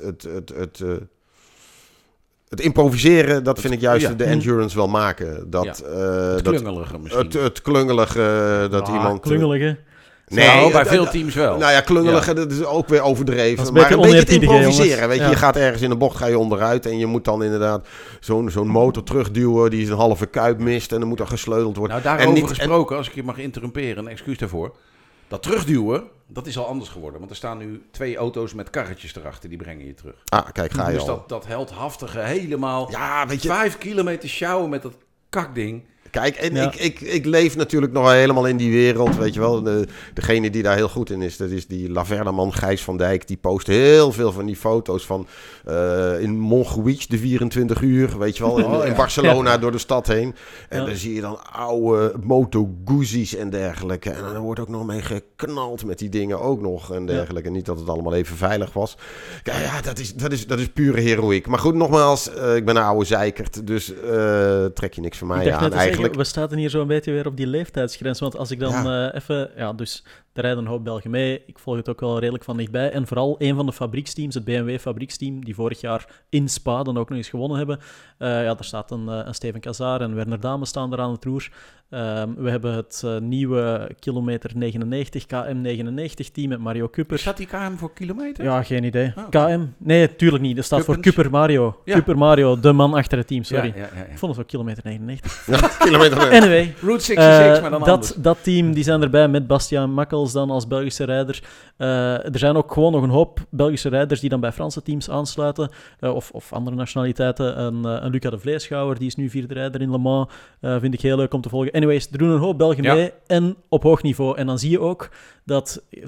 het improviseren, dat vind ik juist de endurance wel maken. Het klungelige misschien. Het klungelige, dat iemand... Klungelige? Nee, bij veel teams wel. Nou ja, klungelige, dat is ook weer overdreven. Maar een beetje het improviseren, weet je. Je gaat ergens in een bocht, ga je onderuit en je moet dan inderdaad zo'n motor terugduwen die een halve kuip mist en dan moet er gesleuteld worden. Nou, daarover gesproken, als ik je mag interrumperen, een excuus daarvoor. Dat terugduwen, dat is al anders geworden. Want er staan nu 2 auto's met karretjes erachter, die brengen je terug. Ah, kijk, ga je dus al. dat heldhaftige, helemaal 5 kilometer sjouwen met dat kakding. Kijk, en ik leef natuurlijk nog helemaal in die wereld, weet je wel. Degene die daar heel goed in is, dat is die Laverdaman Gijs van Dijk. Die post heel veel van die foto's van in Montjuïc de 24 uur, weet je wel. In Barcelona door de stad heen. En dan zie je dan oude Moto Guzzi's en dergelijke. En dan wordt ook nog mee geknald met die dingen ook nog en dergelijke. En niet dat het allemaal even veilig was. Kijk, ja, dat is pure heroïek. Maar goed, nogmaals, ik ben een oude zeikert, dus trek je niks van mij aan eigenlijk. We staan hier zo'n beetje weer op die leeftijdsgrens. Want als ik dan even... Ja, dus er rijden een hoop Belgen mee. Ik volg het ook wel redelijk van dichtbij. En vooral een van de fabrieksteams, het BMW fabrieksteam, die vorig jaar in Spa dan ook nog eens gewonnen hebben. Daar staat een Steven Cazar en Werner Damen staan er aan het roer. We hebben het nieuwe kilometer 99, KM99 team met Mario Kupper. Staat die KM voor kilometer? Ja, geen idee. Okay. KM? Nee, tuurlijk niet. Dat staat voor Kupper Mario. Ja. Kupper Mario, de man achter het team, sorry. Ja. Ik vond het ook kilometer 99. Anyway. Route 66, maar dan anders. Dat team, die zijn erbij met Bastiaan Makkels dan als Belgische rijder. Er zijn ook gewoon nog een hoop Belgische rijders die dan bij Franse teams aansluiten. Of andere nationaliteiten. Een Luca de Vleeschouwer, die is nu 4e rijder in Le Mans. Vind ik heel leuk om te volgen. Anyways, er doen een hoop Belgen mee en op hoog niveau. En dan zie je ook dat, zoals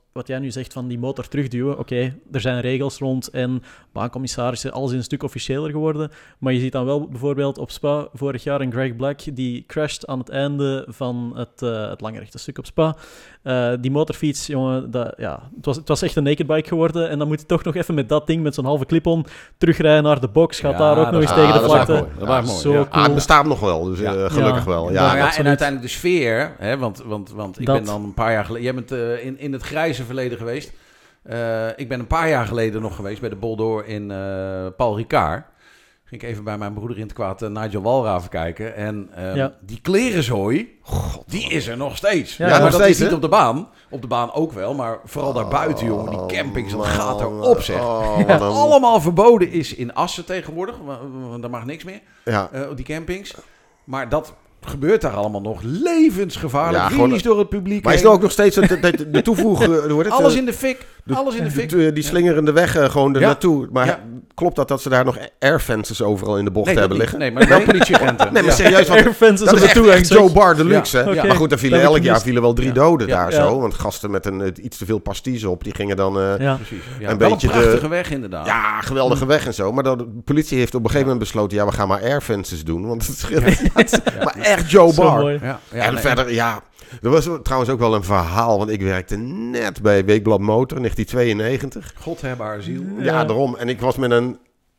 wat jij nu zegt van die motor terugduwen. Oké, er zijn regels rond en baancommissarissen, alles is een stuk officiëler geworden. Maar je ziet dan wel bijvoorbeeld op Spa vorig jaar een Greg Black die crasht aan het einde van het lange rechte stuk op Spa. Die motorfiets, jongen, het was echt een naked bike geworden. En dan moet je toch nog even met dat ding, met zo'n halve clip-on, terugrijden naar de box. Gaat daar ook nog eens tegen de vlakte. Dat was mooi. Zo cool. Het bestaat nog wel, dus gelukkig wel. Ja, en uiteindelijk de sfeer, hè, want ik ben dan een paar jaar geleden... Jij bent in het grijze verleden geweest. Ik ben een paar jaar geleden nog geweest bij de Bol d'Or in Paul Ricard. Ging ik even bij mijn broeder in het kwaad Nigel Walraven kijken. En die klerenzooi, die is er nog steeds. Ja, maar nog dat steeds, is niet op de baan. Op de baan ook wel, maar vooral daarbuiten, jongen. Die campings, dat gaat erop, zeg. Wat allemaal verboden is in Assen tegenwoordig. Daar mag niks meer, die campings. Maar dat gebeurt daar allemaal nog. Levensgevaarlijk. Release door het publiek. Maar is er ook nog steeds de toevoeg... alles in de fik. Alles in de fik. Die slingerende weg gewoon er naartoe. Maar klopt dat ze daar nog airfences overal in de bocht hebben liggen? Nee, maar wel politieagenten. Nee, maar serieus. Airfences dat is echt Joe Bar Deluxe, hè? Okay. Maar goed, elk jaar vielen wel 3 doden daar zo. Want gasten met iets te veel pasties op, die gingen dan precies. een wel beetje... een prachtige weg, inderdaad. Ja, geweldige weg en zo. Maar de politie heeft op een gegeven moment besloten... we gaan maar airfences doen. Want het scheelt. Maar echt Joe Bar. En verder, er was trouwens ook wel een verhaal, want ik werkte net bij Weekblad Motor, 1992. God hebben haar ziel. Ja, daarom. En ik was met een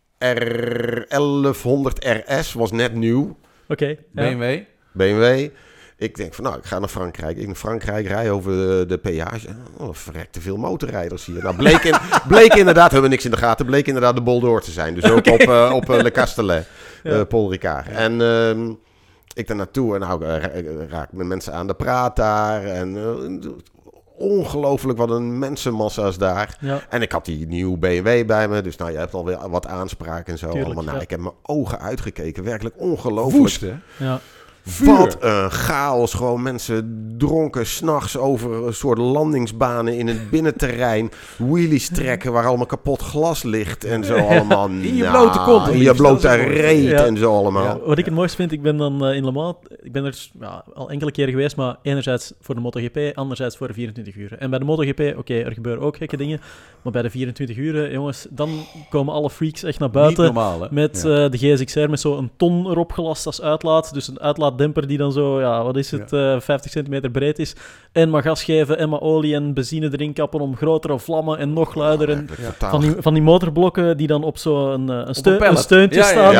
R1100 RS, was net nieuw. Oké. BMW. Ik denk van, ik ga naar Frankrijk. Ik naar Frankrijk, rij over de peage. Verrekt te veel motorrijders hier. Nou, bleek inderdaad, hebben we niks in de gaten, bleek inderdaad de Bol d'Or te zijn. Dus ook op Le Castellet, Paul Ricard. En... ik daar naartoe en raak ik met mensen aan de praat daar. En ongelooflijk wat een mensenmassa's daar. Ja. En ik had die nieuwe BMW bij me. Dus je hebt alweer wat aanspraak en zo. Tuurlijk, allemaal. Ik heb mijn ogen uitgekeken. Werkelijk ongelooflijk. Woest, hè? Ja. Wat een chaos. Gewoon mensen dronken 's nachts over een soort landingsbanen in het binnenterrein. Wheelies trekken waar allemaal kapot glas ligt en zo allemaal. In je blote kont. In je blote reet en zo allemaal. Ja. Wat ik het mooiste vind, ik ben dan in Le Mans, ik ben er al enkele keren geweest, maar enerzijds voor de MotoGP, anderzijds voor de 24 uur. En bij de MotoGP, er gebeuren ook gekke dingen, maar bij de 24 uur, jongens, dan komen alle freaks echt naar buiten. Niet normaal, hè? Met de GSX-R met zo'n ton erop gelast als uitlaat. Dus een uitlaatdemper die dan zo, 50 centimeter breed is. En maar gas geven en maar olie en benzine erin kappen om grotere vlammen en nog luider. En van die motorblokken die dan op zo'n steuntje staan.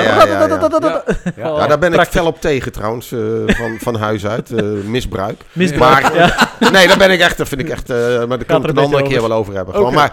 Ja, daar ben ik fel op tegen trouwens, van huis uit. Misbruik. Maar, nee, daar ben ik echt, dat vind ik echt, maar daar kan ik het een andere keer wel over hebben. Okay.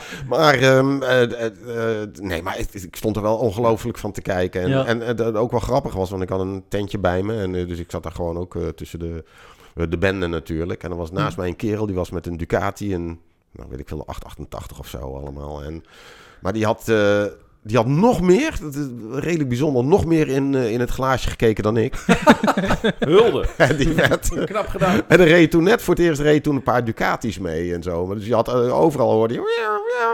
Maar ik stond er wel ongelooflijk van te kijken. En ook wel grappig was, want ik had een tentje bij me. En dus ik zat daar gewoon ook tussen de benden natuurlijk. En er was naast mij een kerel, die was met een Ducati, een, weet ik veel, 888 of zo allemaal. Maar die had nog meer, dat is redelijk bijzonder, nog meer in het glaasje gekeken dan ik. Hulde. En die werd knap gedaan. En er reed toen voor het eerst een paar Ducatis mee en zo. Maar dus je had overal hoorde je...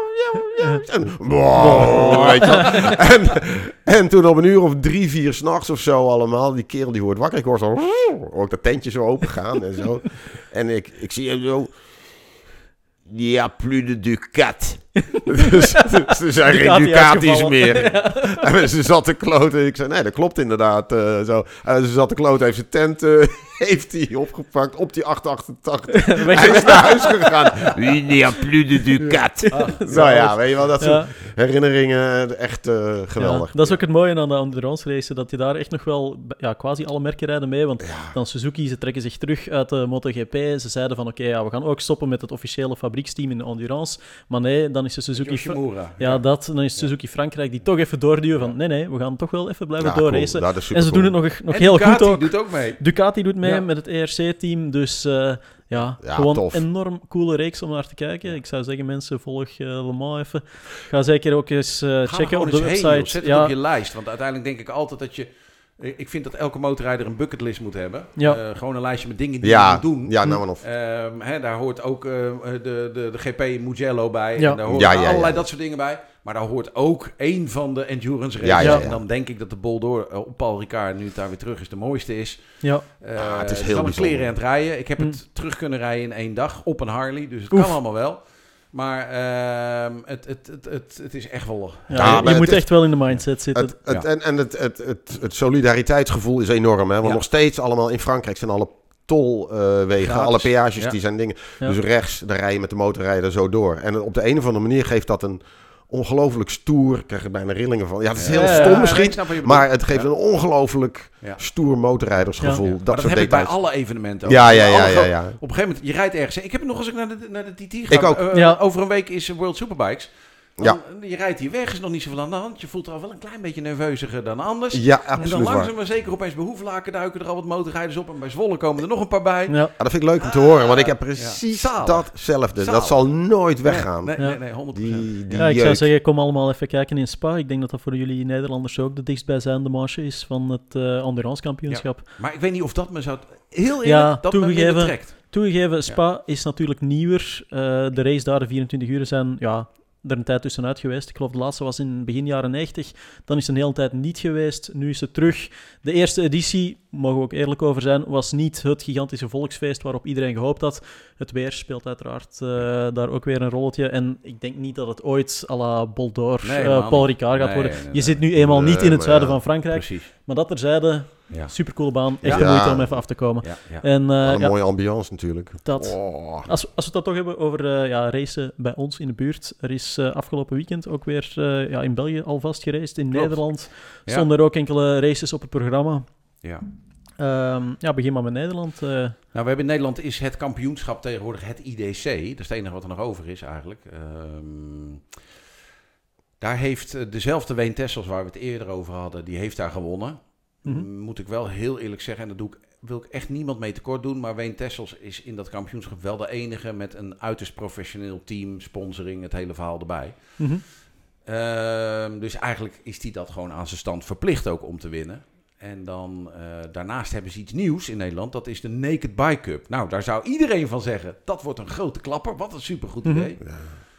En toen om 1:03, 4 s'nachts of zo allemaal, die kerel die wordt wakker. Ik hoor zo... ook dat tentje zo open gaan en zo. En ik zie hem zo... Ja, plus de Ducat. Dus er zijn geen Ducatis meer. En ze zat te kloten. Ik zei, nee, dat klopt inderdaad. Zo. En ze zat te kloten, heeft zijn tent heeft hij opgepakt op die 888. Hij is naar huis gegaan. Ja, plus de Ducat. Weet je wel, dat soort herinneringen, echt geweldig. Ja, dat is ook het mooie aan de endurance racen, dat je daar echt nog wel, quasi alle merken rijden mee, want dan Suzuki, ze trekken zich terug uit de MotoGP. Ze zeiden van, we gaan ook stoppen met het officiële fabrieksteam in de endurance, maar nee, dan is de Suzuki... Dan is Suzuki Frankrijk die toch even doorduwen van, nee, we gaan toch wel even blijven doorracen. Cool. En ze doen het nog heel Ducati goed ook. Doet ook mee. Ducati doet mee met het ERC-team, dus... gewoon tof. Enorm coole reeks om naar te kijken. Ik zou zeggen, mensen, volg Le Mans even. Ga zeker ook eens checken op de website. Zet het op je lijst, want uiteindelijk denk ik altijd dat je... Ik vind dat elke motorrijder een bucketlist moet hebben. Gewoon een lijstje met dingen die je moet doen. Ja, nou en of. Daar hoort ook de GP Mugello bij. Ja. En daar horen allerlei dat soort dingen bij. Maar daar hoort ook één van de endurance races. Ja. En dan denk ik dat de Bol d'Or op Paul Ricard, nu het daar weer terug is, de mooiste is. Ja. Het is heel bijzonder. Kleren aan het rijden. Ik heb het terug kunnen rijden in 1 dag op een Harley. Dus het kan allemaal wel. Maar het is echt wel... Ja, je moet echt wel in de mindset zitten. Het solidariteitsgevoel is enorm. Hè? Want nog steeds allemaal in Frankrijk zijn alle tolwegen, alle peages, die zijn dingen. Ja. Dus rechts, dan rij je met de motorrijder zo door. En op de een of andere manier geeft dat een ongelooflijk stoer... Ik krijg er bijna rillingen van. Ja, het is heel stom misschien, maar het geeft een ongelooflijk stoer motorrijdersgevoel. Ja. Dat heb ik bij alle evenementen ook. Ja. Op een gegeven moment, je rijdt ergens... Ik heb het nog eens naar de TT gegaan. Ik ook. Over een week is World Superbikes. Je rijdt hier weg, is nog niet zoveel aan de hand. Je voelt er al wel een klein beetje nerveuziger dan anders. Ja, absoluut. En dan langzaam maar zeker opeens bij Hoevelaken duiken er al wat motorrijders op. En bij Zwolle komen er nog een paar bij. Ja, dat vind ik leuk om te horen, want ik heb precies datzelfde. Dat zal nooit weggaan. Nee, 100%. Ik zou zeggen, kom allemaal even kijken in Spa. Ik denk dat dat voor jullie Nederlanders ook de dichtstbijzijnde marge is van het endurance kampioenschap. Ja, maar ik weet niet of dat me zou... Heel eerlijk, dat me trekt. Toegegeven, Spa is natuurlijk nieuwer. De race daar, de 24 uur, zijn... er een tijd tussenuit geweest. Ik geloof de laatste was in begin jaren 90. Dan is het een hele tijd niet geweest. Nu is het terug. De eerste editie, mogen we ook eerlijk over zijn, was niet het gigantische volksfeest waarop iedereen gehoopt had. Het weer speelt uiteraard daar ook weer een rolletje. En ik denk niet dat het ooit à la Bol d'Or, Paul Ricard gaat worden. Je zit nu eenmaal niet in het zuiden van Frankrijk. Precies. Maar dat terzijde, supercoole baan. Echt de moeite om even af te komen. En, een mooie ambiance natuurlijk. Als we het dan toch hebben over racen bij ons in de buurt. Er is afgelopen weekend ook weer in België alvast geraced. In Nederland stonden er ook enkele races op het programma. Begin maar met Nederland. We hebben in Nederland is het kampioenschap tegenwoordig het IDC. Dat is het enige wat er nog over is eigenlijk. Daar heeft dezelfde Wayne Tessels waar we het eerder over hadden, die heeft daar gewonnen. Moet ik wel heel eerlijk zeggen, en dat wil ik echt niemand mee tekort doen, maar Wayne Tessels is in dat kampioenschap wel de enige met een uiterst professioneel team, sponsoring, het hele verhaal erbij. Dus eigenlijk is hij dat gewoon aan zijn stand verplicht ook om te winnen. En dan daarnaast hebben ze iets nieuws in Nederland, dat is de Naked Bike Cup. Nou, daar zou iedereen van zeggen, dat wordt een grote klapper, wat een supergoed idee. Ja.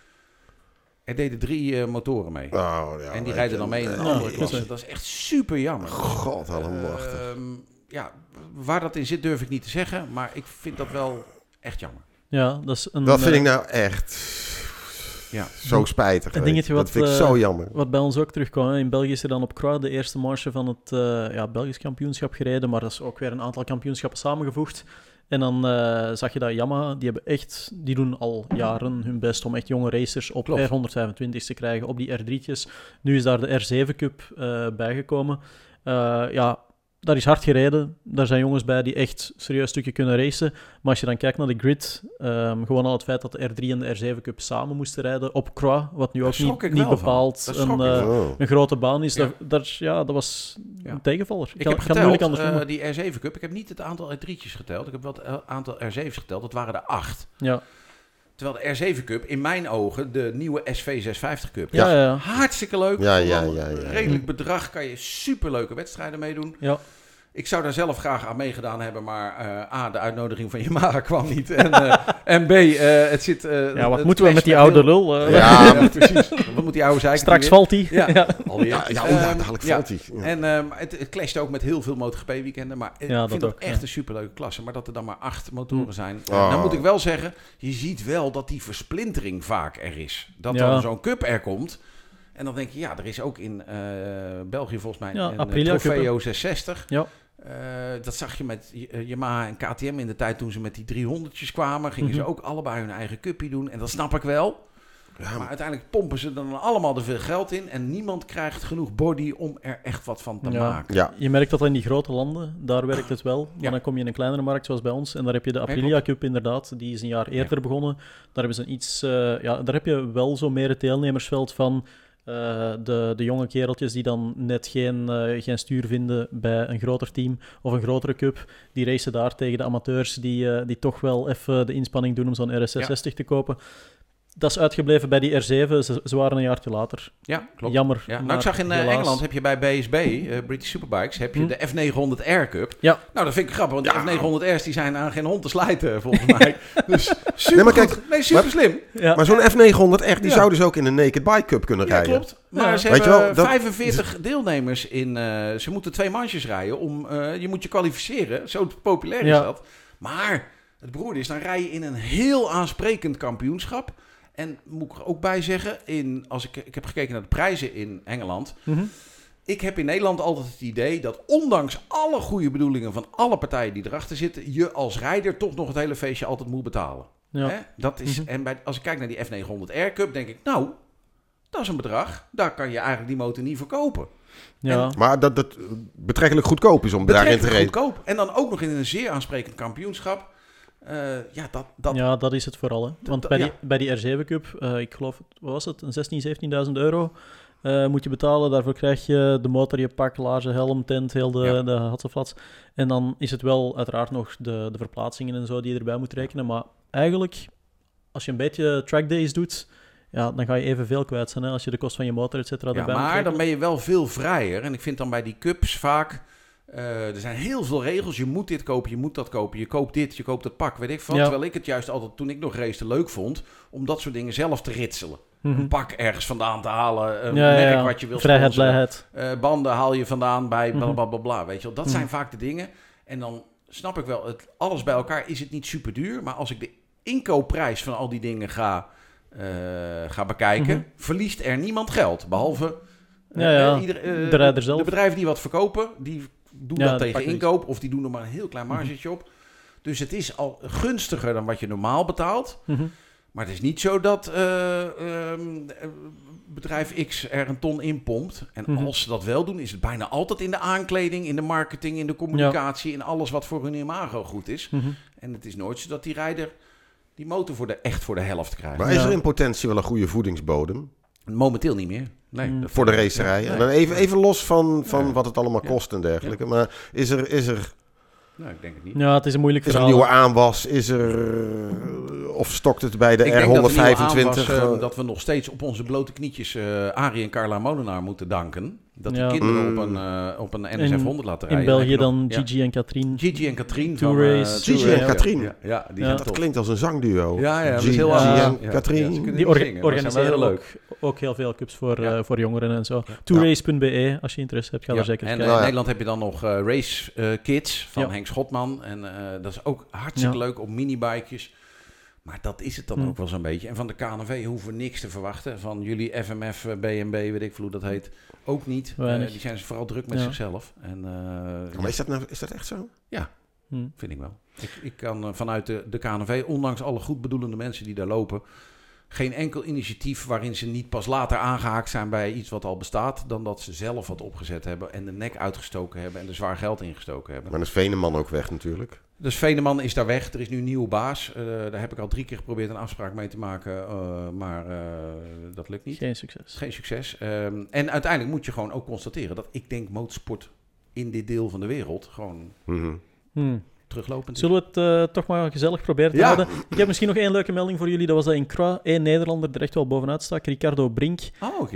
Er deden 3 motoren mee. En die rijden dan mee in een andere klasse. Dat is echt super jammer. God, allemachtig. Waar dat in zit durf ik niet te zeggen, maar ik vind dat wel echt jammer. Ja, dat vind ik nou echt zo spijtig. Dat vind ik zo jammer. Wat bij ons ook terugkwam. In België is er dan op Croix de eerste marge van het Belgisch kampioenschap gereden, maar dat is ook weer een aantal kampioenschappen samengevoegd. En dan zag je dat Yamaha, die doen al jaren hun best om echt jonge racers op R125 te krijgen, op die R3'tjes. Nu is daar de R7 Cup bijgekomen. Daar is hard gereden. Daar zijn jongens bij die echt serieus stukje kunnen racen. Maar als je dan kijkt naar de grid, gewoon al het feit dat de R3 en de R7 Cup samen moesten rijden op Croix, wat nu ook niet bepaald een grote baan is, dat was een tegenvaller. Ik heb geteld, die R7 Cup, ik heb niet het aantal R3'tjes geteld, ik heb wel het aantal R7's geteld, dat waren er 8. Ja. Terwijl de R7 Cup in mijn ogen de nieuwe SV650 Cup. Ja. Hartstikke leuk. Redelijk bedrag, kan je superleuke wedstrijden meedoen. Ja. Ik zou daar zelf graag aan meegedaan hebben, maar A, de uitnodiging van Yamaha kwam niet. En B, het zit... wat moeten we met die oude lul? Precies. Wat moet die oude zeiken? Straks valt hij. Dadelijk valt hij. En het clasht ook met heel veel MotoGP-weekenden, maar ik vind dat echt een superleuke klasse. Maar dat er dan maar 8 motoren zijn. Dan moet ik wel zeggen, je ziet wel dat die versplintering vaak er is. Dat dan zo'n cup er komt. En dan denk je, er is ook in België volgens mij een Trofeo 660. Ja. Dat zag je met Yamaha en KTM in de tijd toen ze met die 300'tjes kwamen. Gingen ze ook allebei hun eigen cuppie doen. En dat snap ik wel. Ja, maar uiteindelijk pompen ze dan allemaal er veel geld in. En niemand krijgt genoeg body om er echt wat van te maken. Ja. Je merkt dat in die grote landen, daar werkt het wel. Maar dan kom je in een kleinere markt zoals bij ons. En daar heb je de Aprilia Cup inderdaad. Die is een jaar eerder begonnen. Daar hebben ze daar heb je wel zo meer het deelnemersveld van... de jonge kereltjes die dan net geen stuur vinden bij een groter team of een grotere cup, die racen daar tegen de amateurs die toch wel even de inspanning doen om zo'n RS660 te kopen. dat is uitgebleven bij die R7. Ze waren een jaartje later. Ja, klopt. Jammer. Ja. Nou, ik zag in Engeland heb je bij BSB, British Superbikes, heb je de F900 Air Cup. Ja. Nou, dat vind ik grappig, want de F900 R's die zijn aan geen hond te slijten, volgens mij. Dus super slim. Ja. Maar zo'n F900 die zou dus ook in een Naked Bike Cup kunnen rijden. Ja, klopt. Maar ze hebben 45 deelnemers in. Ze moeten 2 manches rijden om. Je moet je kwalificeren. Zo populair is dat. Maar het broer is, dan rij je in een heel aansprekend kampioenschap. En moet ik er ook bij zeggen, ik heb gekeken naar de prijzen in Engeland. Mm-hmm. Ik heb in Nederland altijd het idee dat ondanks alle goede bedoelingen van alle partijen die erachter zitten, je als rijder toch nog het hele feestje altijd moet betalen. Ja. Hè? Dat is, en als ik kijk naar die F900 Air Cup, denk ik, nou, dat is een bedrag. Daar kan je eigenlijk die motor niet verkopen. Ja. Maar dat betrekkelijk goedkoop is om daarin te rijden. Goedkoop. En dan ook nog in een zeer aansprekend kampioenschap. Dat is het vooral. Hè. Want bij die R7 Cup, ik geloof, wat was het, 16.000, 17.000 euro moet je betalen. Daarvoor krijg je de motor, je pak, laarzen, helm, tent, heel de hatseflats. En dan is het wel uiteraard nog de verplaatsingen en zo die je erbij moet rekenen. Maar eigenlijk, als je een beetje trackdays doet, dan ga je evenveel kwijt zijn. Hè, als je de kost van je motor, et cetera, erbij moet rekenen. Maar dan ben je wel veel vrijer. En ik vind dan bij die cups vaak, er zijn heel veel regels. Je moet dit kopen, je moet dat kopen. Je koopt dit, je koopt dat pak, weet ik van. Ja. Terwijl ik het juist altijd, toen ik nog race, leuk vond om dat soort dingen zelf te ritselen. Mm-hmm. Een pak ergens vandaan te halen, een merk wat je wil vrijheid, blijheid. Banden haal je vandaan bij blablabla, weet je wel. Dat zijn vaak de dingen. En dan snap ik wel, alles bij elkaar is het niet super duur. Maar als ik de inkoopprijs van al die dingen ga bekijken, verliest er niemand geld. Behalve de rijder zelf. De bedrijven die wat verkopen, die doen dat tegen inkoop. Of die doen er maar een heel klein margetje op. Dus het is al gunstiger dan wat je normaal betaalt. Mm-hmm. Maar het is niet zo dat bedrijf X er een ton in pompt. En als ze dat wel doen, is het bijna altijd in de aankleding, in de marketing, in de communicatie, in alles wat voor hun imago goed is. Mm-hmm. En het is nooit zo dat die rijder die motor voor de helft krijgt. Maar is er in potentie wel een goede voedingsbodem? Momenteel niet meer. Nee, voor de racerij. En dan even los van wat het allemaal kost en dergelijke. Ja. Maar is er nou, ik denk het niet. Ja, het is een moeilijk verhaal. Is er een nieuwe aanwas? Of stokt het bij de R125? Dat we nog steeds op onze blote knietjes Arie en Carla Molenaar moeten danken. Dat die kinderen op een NSF 100 laten rijden. In België dan Gigi en Katrien. Gigi en Katrien. Gigi en Katrien. Ja, dat klinkt als een zangduo. Ja, Gigi en Katrien. Die organiseren ook heel veel cups voor jongeren en zo. Tourrace.be, als je interesse hebt, ga er zeker kijken. En in Nederland heb je dan nog Race Kids van Henk Schotman. En dat is ook hartstikke leuk op minibikejes. Maar dat is het dan ook wel zo'n beetje. En van de KNV hoeven we niks te verwachten. Van jullie FMF, BNB, weet ik veel hoe dat heet, ook niet. Die zijn vooral druk met zichzelf. En, maar is dat echt zo? Ja, vind ik wel. Ik kan vanuit de KNV, ondanks alle goedbedoelende mensen die daar lopen, geen enkel initiatief waarin ze niet pas later aangehaakt zijn bij iets wat al bestaat, dan dat ze zelf wat opgezet hebben en de nek uitgestoken hebben en er zwaar geld ingestoken hebben. Maar dan is Veneman ook weg natuurlijk. Dus Veneman is daar weg. Er is nu een nieuwe baas. Daar heb ik al 3 keer geprobeerd een afspraak mee te maken. Maar dat lukt niet. Geen succes. En uiteindelijk moet je gewoon ook constateren dat ik denk motorsport in dit deel van de wereld gewoon teruglopend is. Zullen we het toch maar gezellig proberen te houden? Ik heb misschien nog 1 leuke melding voor jullie. Dat was dat in Croix 1 Nederlander er echt wel bovenuit stak. Ricardo Brink. Oh,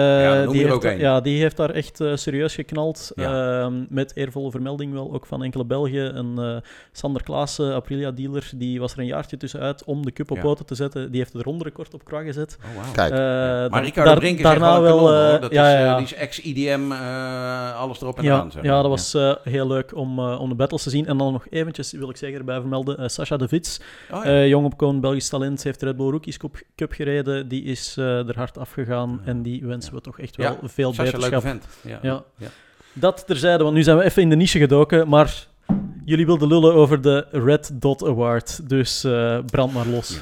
ja. Die heeft daar echt serieus geknald. Ja. Met eervolle vermelding wel ook van enkele Belgen. Een Sander Klaassen, Aprilia-dealer, die was er een jaartje tussenuit om de cup op poten te zetten. Die heeft het ronderecord op Croix gezet. Oh, wow. Kijk. Maar Ricardo Brink is daarna wel die is ex-IDM, alles erop en aan. Ja, dat was heel leuk om de battles te zien. En dan nog eventjes, wil ik zeggen, erbij vermelden, Sascha de Vits, jong opkomend Belgisch talent, heeft de Red Bull Rookies Cup gereden. Die is er hard afgegaan en die wensen we toch echt wel veel beterschap. Vent. Ja. Dat terzijde, want nu zijn we even in de niche gedoken, maar jullie wilden lullen over de Red Dot Award, dus brand maar los.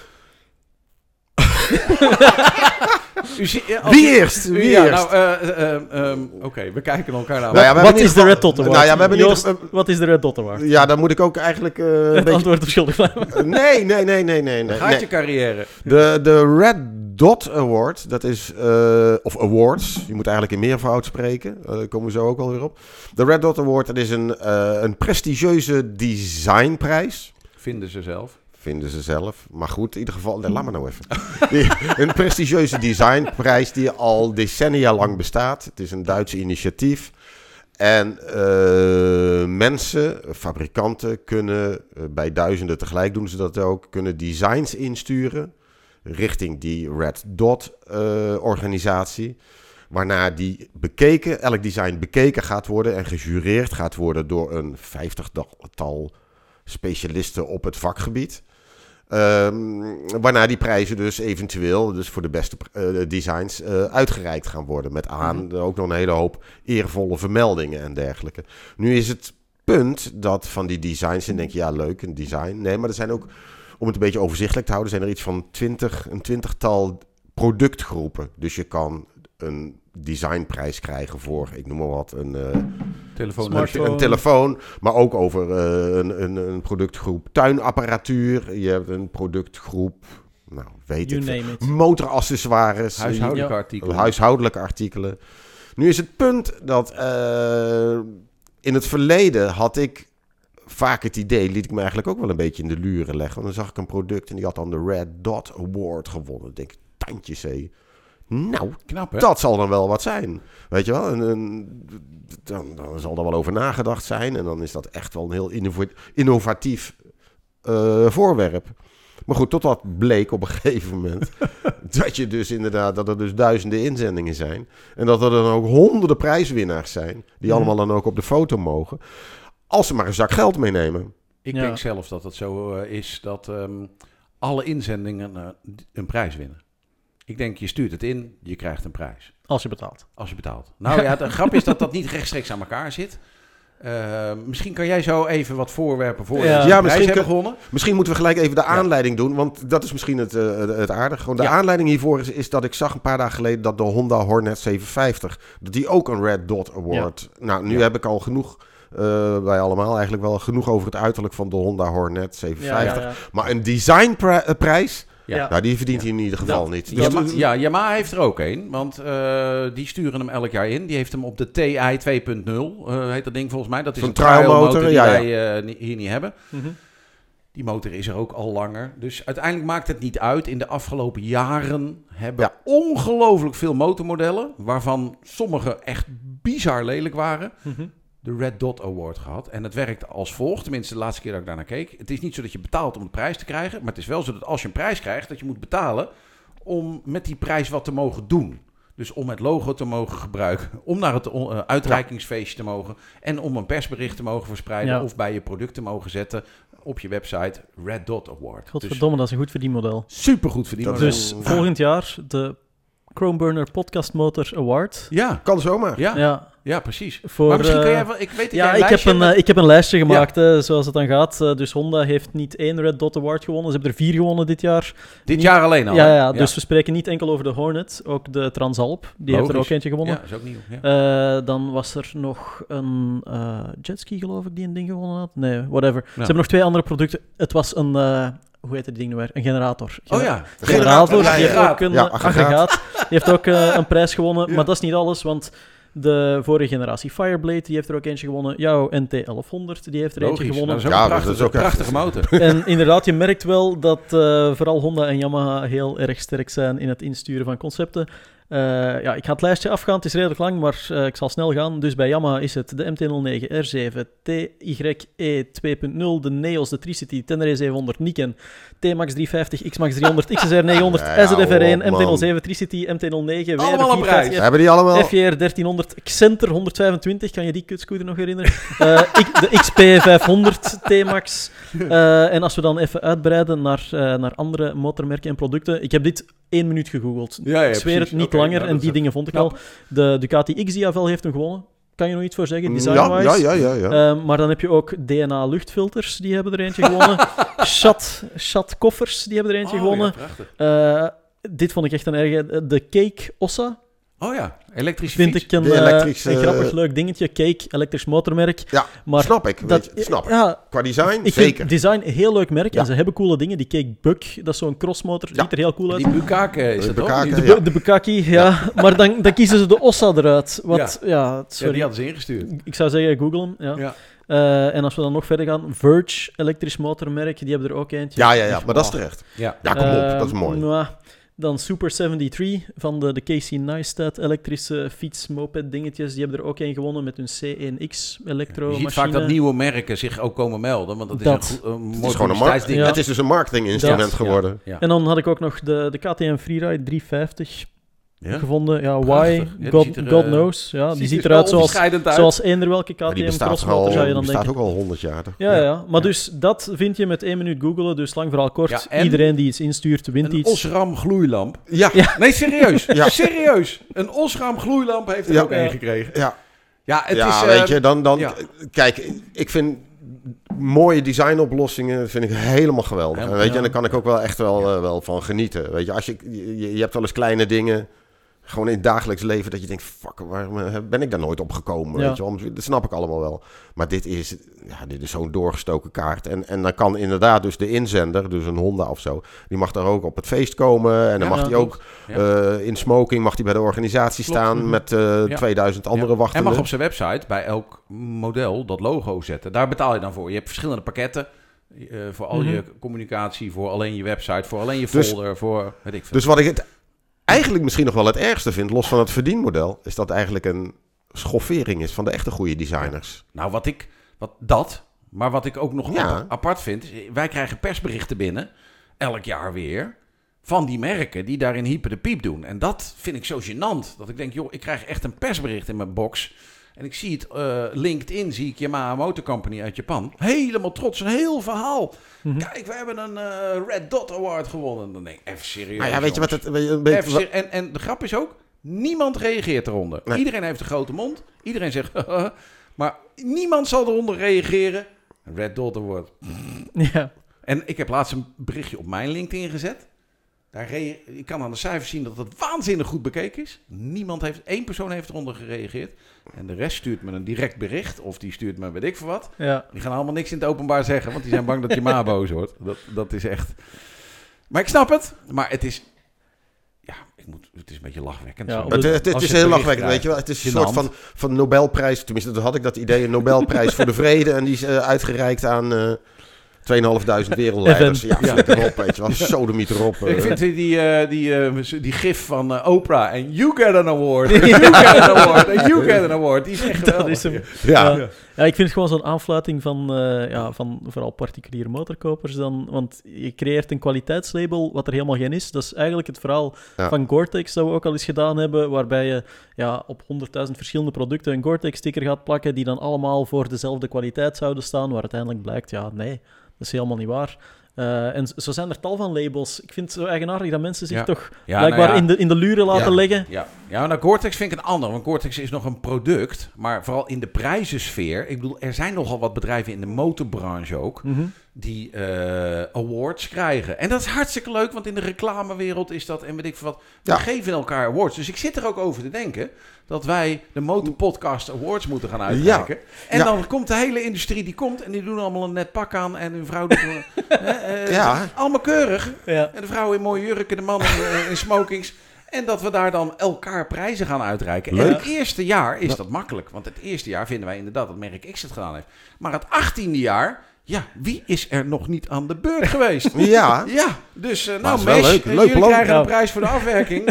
Wie eerst? Oké, we kijken elkaar naar. Nou wat is de Red Dot Award? Joost, wat is de Red Dot Award? Ja, dan moet ik ook eigenlijk het antwoord op schuldig blijven. Nee. Gaat je carrière. De Red Dot Award, dat is, of awards, je moet eigenlijk in meervoud spreken, daar komen we zo ook alweer op. De Red Dot Award, dat is een prestigieuze designprijs. Vinden ze zelf. vinden ze zelf. Maar goed, in ieder geval, laat maar nou even. Een prestigieuze designprijs die al decennia lang bestaat. Het is een Duits initiatief. En mensen, fabrikanten, kunnen bij duizenden tegelijk doen ze dat ook, kunnen designs insturen richting die Red Dot organisatie. Waarna die elk design bekeken gaat worden en gejureerd gaat worden door een 50-tal specialisten op het vakgebied. Waarna die prijzen dus eventueel voor de beste designs uitgereikt gaan worden. Met ook nog een hele hoop eervolle vermeldingen en dergelijke. Nu is het punt dat van die designs, en denk je, ja leuk, een design. Nee, maar er zijn ook, om het een beetje overzichtelijk te houden, zijn er iets van een 20-tal productgroepen. Dus je kan een designprijs krijgen voor, ik noem maar wat, een telefoon, maar ook over een productgroep tuinapparatuur. Je hebt een productgroep, motoraccessoires, huishoudelijke artikelen. Nu is het punt dat in het verleden had ik vaak het idee, liet ik me eigenlijk ook wel een beetje in de luren leggen. Want dan zag ik een product en die had dan de Red Dot Award gewonnen. Ik denk, tandjes hé. Nou, knap, hè? Dat zal dan wel wat zijn. Weet je wel? Dan zal er wel over nagedacht zijn. En dan is dat echt wel een heel innovatief voorwerp. Maar goed, totdat bleek op een gegeven moment dat er dus duizenden inzendingen zijn. En dat er dan ook honderden prijswinnaars zijn. Die allemaal dan ook op de foto mogen. Als ze maar een zak geld meenemen. Ik denk zelf dat het zo is dat alle inzendingen een prijs winnen. Ik denk, je stuurt het in, je krijgt een prijs. Als je betaalt. Nou ja, de grap is dat dat niet rechtstreeks aan elkaar zit. Misschien kan jij zo even wat voorwerpen voor de prijs hebben gewonnen. Misschien moeten we gelijk even de aanleiding doen, want dat is misschien het aardige. Gewoon de aanleiding hiervoor is dat ik zag een paar dagen geleden dat de Honda Hornet 750, dat die ook een Red Dot Award. Ja. Nou, nu heb ik al genoeg, wij allemaal eigenlijk wel genoeg over het uiterlijk van de Honda Hornet 750. Ja. Maar een designprijs... Ja. Nou, die verdient hij in ieder geval niet. Dus Yamaha heeft er ook een. Want die sturen hem elk jaar in. Die heeft hem op de TI 2.0, heet dat ding volgens mij. Dat is een trialmotor die wij hier niet hebben. Mm-hmm. Die motor is er ook al langer. Dus uiteindelijk maakt het niet uit. In de afgelopen jaren hebben ongelooflijk veel motormodellen, waarvan sommige echt bizar lelijk waren, de Red Dot Award gehad. En het werkt als volgt. Tenminste, de laatste keer dat ik daarnaar keek. Het is niet zo dat je betaalt om de prijs te krijgen. Maar het is wel zo dat als je een prijs krijgt, dat je moet betalen om met die prijs wat te mogen doen. Dus om het logo te mogen gebruiken. Om naar het uitreikingsfeestje te mogen. En om een persbericht te mogen verspreiden. Of bij je product te mogen zetten op je website. Red Dot Award. Godverdomme, dat is een goed verdienmodel. Supergoed verdienmodel. Dus volgend jaar de Chrome Burner Podcast Motor Award. Ja, kan zomaar. Ja, precies. Maar misschien kan jij wel... Ik heb een lijstje gemaakt, zoals het dan gaat. Dus Honda heeft niet 1 Red Dot Award gewonnen. Ze hebben er 4 gewonnen dit jaar. Jaar alleen al? Ja, dus we spreken niet enkel over de Hornet. Ook de Transalp, die heeft er ook eentje gewonnen. Ja, dat is ook nieuw. Ja. Dan was er nog een jetski, geloof ik, die een ding gewonnen had. Nee, whatever. Ze hebben nog 2 andere producten. Het was een... hoe heet die ding nu weer? Een generator. Generator. Die heeft ook een aggregaat. Die heeft ook een prijs gewonnen. Ja. Maar dat is niet alles, want de vorige generatie Fireblade, die heeft er ook eentje gewonnen. Jouw NT1100, die heeft er eentje gewonnen. Dat is ook een prachtige motor. En inderdaad, je merkt wel dat vooral Honda en Yamaha heel erg sterk zijn in het insturen van concepten. Ik ga het lijstje afgaan, het is redelijk lang, maar ik zal snel gaan. Dus bij Yamaha is het de MT-09, R7, TYE 2.0, de Neos, de Tricity, Tenere 700, Niken, T-Max 350, X-Max 300, XSR 900, SRF-R1, MT-07, Tricity, MT-09, allemaal een prijs. Hebben die allemaal? FJR 1300, Xenter 125, kan je die kutscooter nog herinneren? De XP500 T-Max. En als we dan even uitbreiden naar andere motormerken en producten. Ik heb dit 1 minuut gegoogeld. Ik zweer het, niet langer. En die dingen vond ik al. De Ducati X-Diavel heeft hem gewonnen. Kan je nog iets voor zeggen, design-wise? Ja. Maar dan heb je ook DNA luchtfilters, die hebben er eentje gewonnen. Chat koffers, die hebben er eentje gewonnen. Ja, dit vond ik echt een erge. De Cake Ossa. Oh ja, elektrische Vind fiets. ik een grappig leuk dingetje. Cake, elektrisch motormerk. Ja, maar snap ik. Snap ik. Ja, qua design, ik zeker. Vind design een heel leuk merk. Ja. En ze hebben coole dingen. Die Cake Buck, dat is zo'n crossmotor. Ziet er heel cool uit. Die Bukake is het toch? De Bukaki, ja. Maar dan kiezen ze de Ossa eruit. Wat, sorry. Die hadden ze ingestuurd. Ik zou zeggen, google hem. Ja. En als we dan nog verder gaan, Verge, elektrisch motormerk, die hebben er ook eentje. Ja, maar dat is terecht. Ja, kom op, dat is mooi. Dan Super 73 van de Casey Neistat elektrische fiets, moped dingetjes. Die hebben er ook een gewonnen met hun C1X elektromachine. Je ziet vaak dat nieuwe merken zich ook komen melden, want dat is een mooi publiciteitsding. Ja. Het is dus een marketinginstrument geworden. Ja. En dan had ik ook nog de KTM Freeride 350 gevonden. Ja, why? God knows. Ja, die ziet eruit zoals eender welke KTM crossmotor zou je dan denken. Die bestaat ook al 100 jaar. Toch? Ja. Maar dus dat vind je met 1 minuut googelen. Dus lang verhaal kort. Iedereen die iets instuurt, wint iets. Een Osram gloeilamp. Ja. Nee, serieus. Serieus. Een Osram gloeilamp heeft er ook een gekregen. Ja, het is... weet je, kijk, ik vind... mooie designoplossingen vind ik helemaal geweldig. En, weet je, en daar kan ik ook wel echt wel van genieten. Weet je, als je hebt wel eens kleine dingen... gewoon in het dagelijks leven dat je denkt... fuck, waarom ben ik daar nooit op gekomen? Weet je wel? Dat snap ik allemaal wel. Maar dit is zo'n doorgestoken kaart. En dan kan inderdaad dus de inzender... dus een Honda of zo... die mag daar ook op het feest komen. En dan mag hij ook in smoking... mag hij bij de organisatie staan... met 2000 andere wachtenden. En mag op zijn website bij elk model dat logo zetten. Daar betaal je dan voor. Je hebt verschillende pakketten... voor al je communicatie... voor alleen je website... voor alleen je folder... voor weet ik veel. Dus wat ik het... eigenlijk misschien nog wel het ergste vind, los van het verdienmodel, is dat eigenlijk een schoffering is van de echte goede designers. Nou, wat ik ook nog apart vind, is, wij krijgen persberichten binnen, elk jaar weer, van die merken die daarin hyper de piep doen. En dat vind ik zo gênant, dat ik denk, joh, ik krijg echt een persbericht in mijn box... En ik zie het, LinkedIn zie ik Yamaha Motor Company uit Japan. Helemaal trots, een heel verhaal. Mm-hmm. Kijk, we hebben een Red Dot Award gewonnen. Dan denk ik, even serieus. Nou ja, weet je wat het... En de grap is ook, niemand reageert eronder. Nee. Iedereen heeft een grote mond. Iedereen zegt, maar niemand zal eronder reageren. Red Dot Award. Ja. En ik heb laatst een berichtje op mijn LinkedIn gezet. Ik kan aan de cijfers zien dat het waanzinnig goed bekeken is. Eén persoon heeft eronder gereageerd. En de rest stuurt me een direct bericht. Of die stuurt me weet ik veel wat. Ja. Die gaan allemaal niks in het openbaar zeggen. Want die zijn bang dat je ma boos wordt. Dat is echt... Maar ik snap het. Maar het is... Ja, het is een beetje lachwekkend. Ja, het is heel lachwekkend, weet je wel. Het is een soort van Nobelprijs. Tenminste, dat had ik dat idee. Een Nobelprijs voor de vrede. En die is uitgereikt aan... 2.500 wereldleiders. Ja, flikker op, weet je wel. Sodemiet erop. Ik vind die gif van Oprah en you get an award. You get an award. And you get an award. Die is echt geweldig. Dat is hem. Ja, ik vind het gewoon zo'n aanfluiting van vooral particuliere motorkopers dan. Want je creëert een kwaliteitslabel wat er helemaal geen is. Dat is eigenlijk het verhaal van Gore-Tex dat we ook al eens gedaan hebben. Waarbij je op 100.000 verschillende producten een Gore-Tex-sticker gaat plakken die dan allemaal voor dezelfde kwaliteit zouden staan. Waar uiteindelijk blijkt, nee... Dat is helemaal niet waar. En zo zijn er tal van labels. Ik vind het zo eigenaardig dat mensen zich toch blijkbaar in de luren laten leggen. Ja, nou Gore-Tex vind ik een ander. Want Gore-Tex is nog een product. Maar vooral in de prijzensfeer. Ik bedoel, er zijn nogal wat bedrijven in de motorbranche ook... die awards krijgen. En dat is hartstikke leuk, want in de reclamewereld is dat... en weet ik veel wat. We geven elkaar awards. Dus ik zit er ook over te denken... dat wij de Motor Podcast Awards moeten gaan uitreiken. En dan komt de hele industrie, die komt... en die doen allemaal een net pak aan... en hun vrouw doet allemaal keurig. Ja. En de vrouw in mooie jurken, de man in smokings... En dat we daar dan elkaar prijzen gaan uitreiken. Leuk. En het eerste jaar is dat makkelijk. Want het eerste jaar vinden wij inderdaad dat merk X het gedaan heeft. Maar het 18e jaar... Ja, wie is er nog niet aan de beurt geweest? Ja. Dus Mesh, jullie krijgen een prijs voor de afwerking.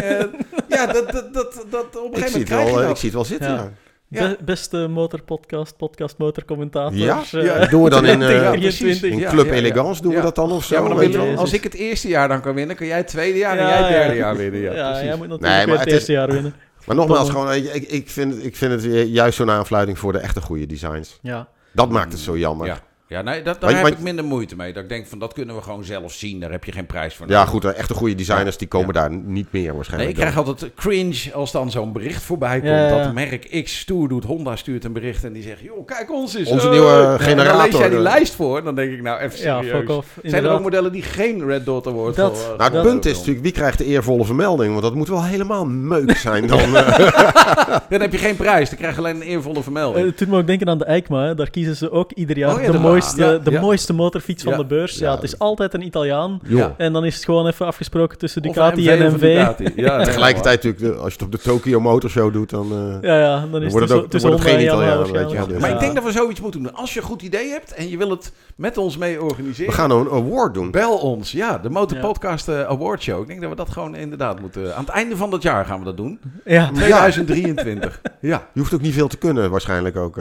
Dat op een gegeven moment krijg je dat. Ik zie het wel zitten, Beste motorpodcast motorcommentator. Ja, doen we dan in Club Elegance doen we dat dan of zo? Maar als ik het eerste jaar dan kan winnen, kan jij het tweede jaar en jij het derde jaar winnen. Jij moet natuurlijk het eerste jaar winnen. Maar nogmaals, ik vind het juist zo'n aanfluiting voor de echte goede designs. Ja. Dat maakt het zo jammer. Ja. Ja, nee, daar heb ik minder moeite mee. Dat ik denk van, dat kunnen we gewoon zelf zien. Daar heb je geen prijs voor. Ja, goed. Echte goede designers, die komen daar niet meer waarschijnlijk. Nee, ik krijg altijd cringe als dan zo'n bericht voorbij komt. Ja. Dat merk X stoer doet. Honda stuurt een bericht en die zegt, joh, kijk ons eens. Onze nieuwe generator. Dan lees jij die lijst voor. Dan denk ik, nou, even serieus. Ja, fuck off. Zijn er ook modellen die geen Red Dot Award voor? Nou, het punt is natuurlijk, wie krijgt de eervolle vermelding? Want dat moet wel helemaal meuk zijn dan. Dan heb je geen prijs. Dan krijg je alleen een eervolle vermelding. Het doet me ook denken aan de EICMA. Hè. Daar kiezen ze ook ieder jaar de mooiste motorfiets van de beurs. Ja, het is altijd een Italiaan. Ja. En dan is het gewoon even afgesproken tussen Ducati en MV. Ja, tegelijkertijd natuurlijk, als je het op de Tokyo Motor Show doet, dan, dan is het ook tussen geen Italiaan. Weet je. Maar ik denk dat we zoiets moeten doen. Als je een goed idee hebt en je wil het met ons mee organiseren. We gaan een award doen. Bel ons. Ja, de Motor Podcast Award Show. Ik denk dat we dat gewoon inderdaad moeten. Aan het einde van dat jaar gaan we dat doen. Ja. 2023. Ja. Je hoeft ook niet veel te kunnen waarschijnlijk ook.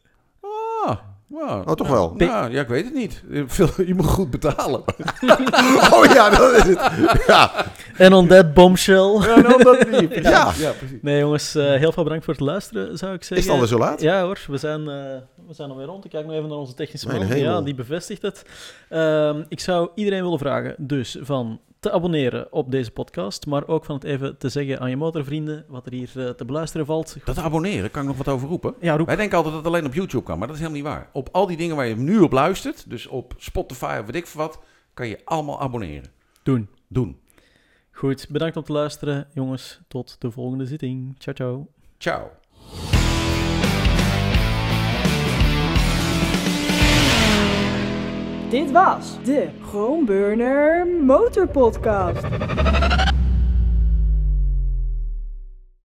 Wow. Oh, toch wel? Ja, ik weet het niet. Je moet goed betalen. Oh ja, dat is het. Ja. En on that bombshell. Ja, no, dat niet. Ja, precies. Nee, jongens, heel veel bedankt voor het luisteren, zou ik zeggen. Is het alweer zo laat? Ja hoor, we zijn alweer rond. Ik kijk nog even naar onze technische man. Ja, die bevestigt het. Ik zou iedereen willen vragen, dus van te abonneren op deze podcast, maar ook van het even te zeggen aan je motorvrienden wat er hier te beluisteren valt. Dat abonneren, kan ik nog wat over roepen? Ja, roep. Wij denken altijd dat het alleen op YouTube kan, maar dat is helemaal niet waar. Op al die dingen waar je nu op luistert, dus op Spotify of weet ik veel wat, kan je allemaal abonneren. Doen. Goed, bedankt om te luisteren, jongens. Tot de volgende zitting. Ciao, ciao. Ciao. Dit was de Chromeburner Motorpodcast.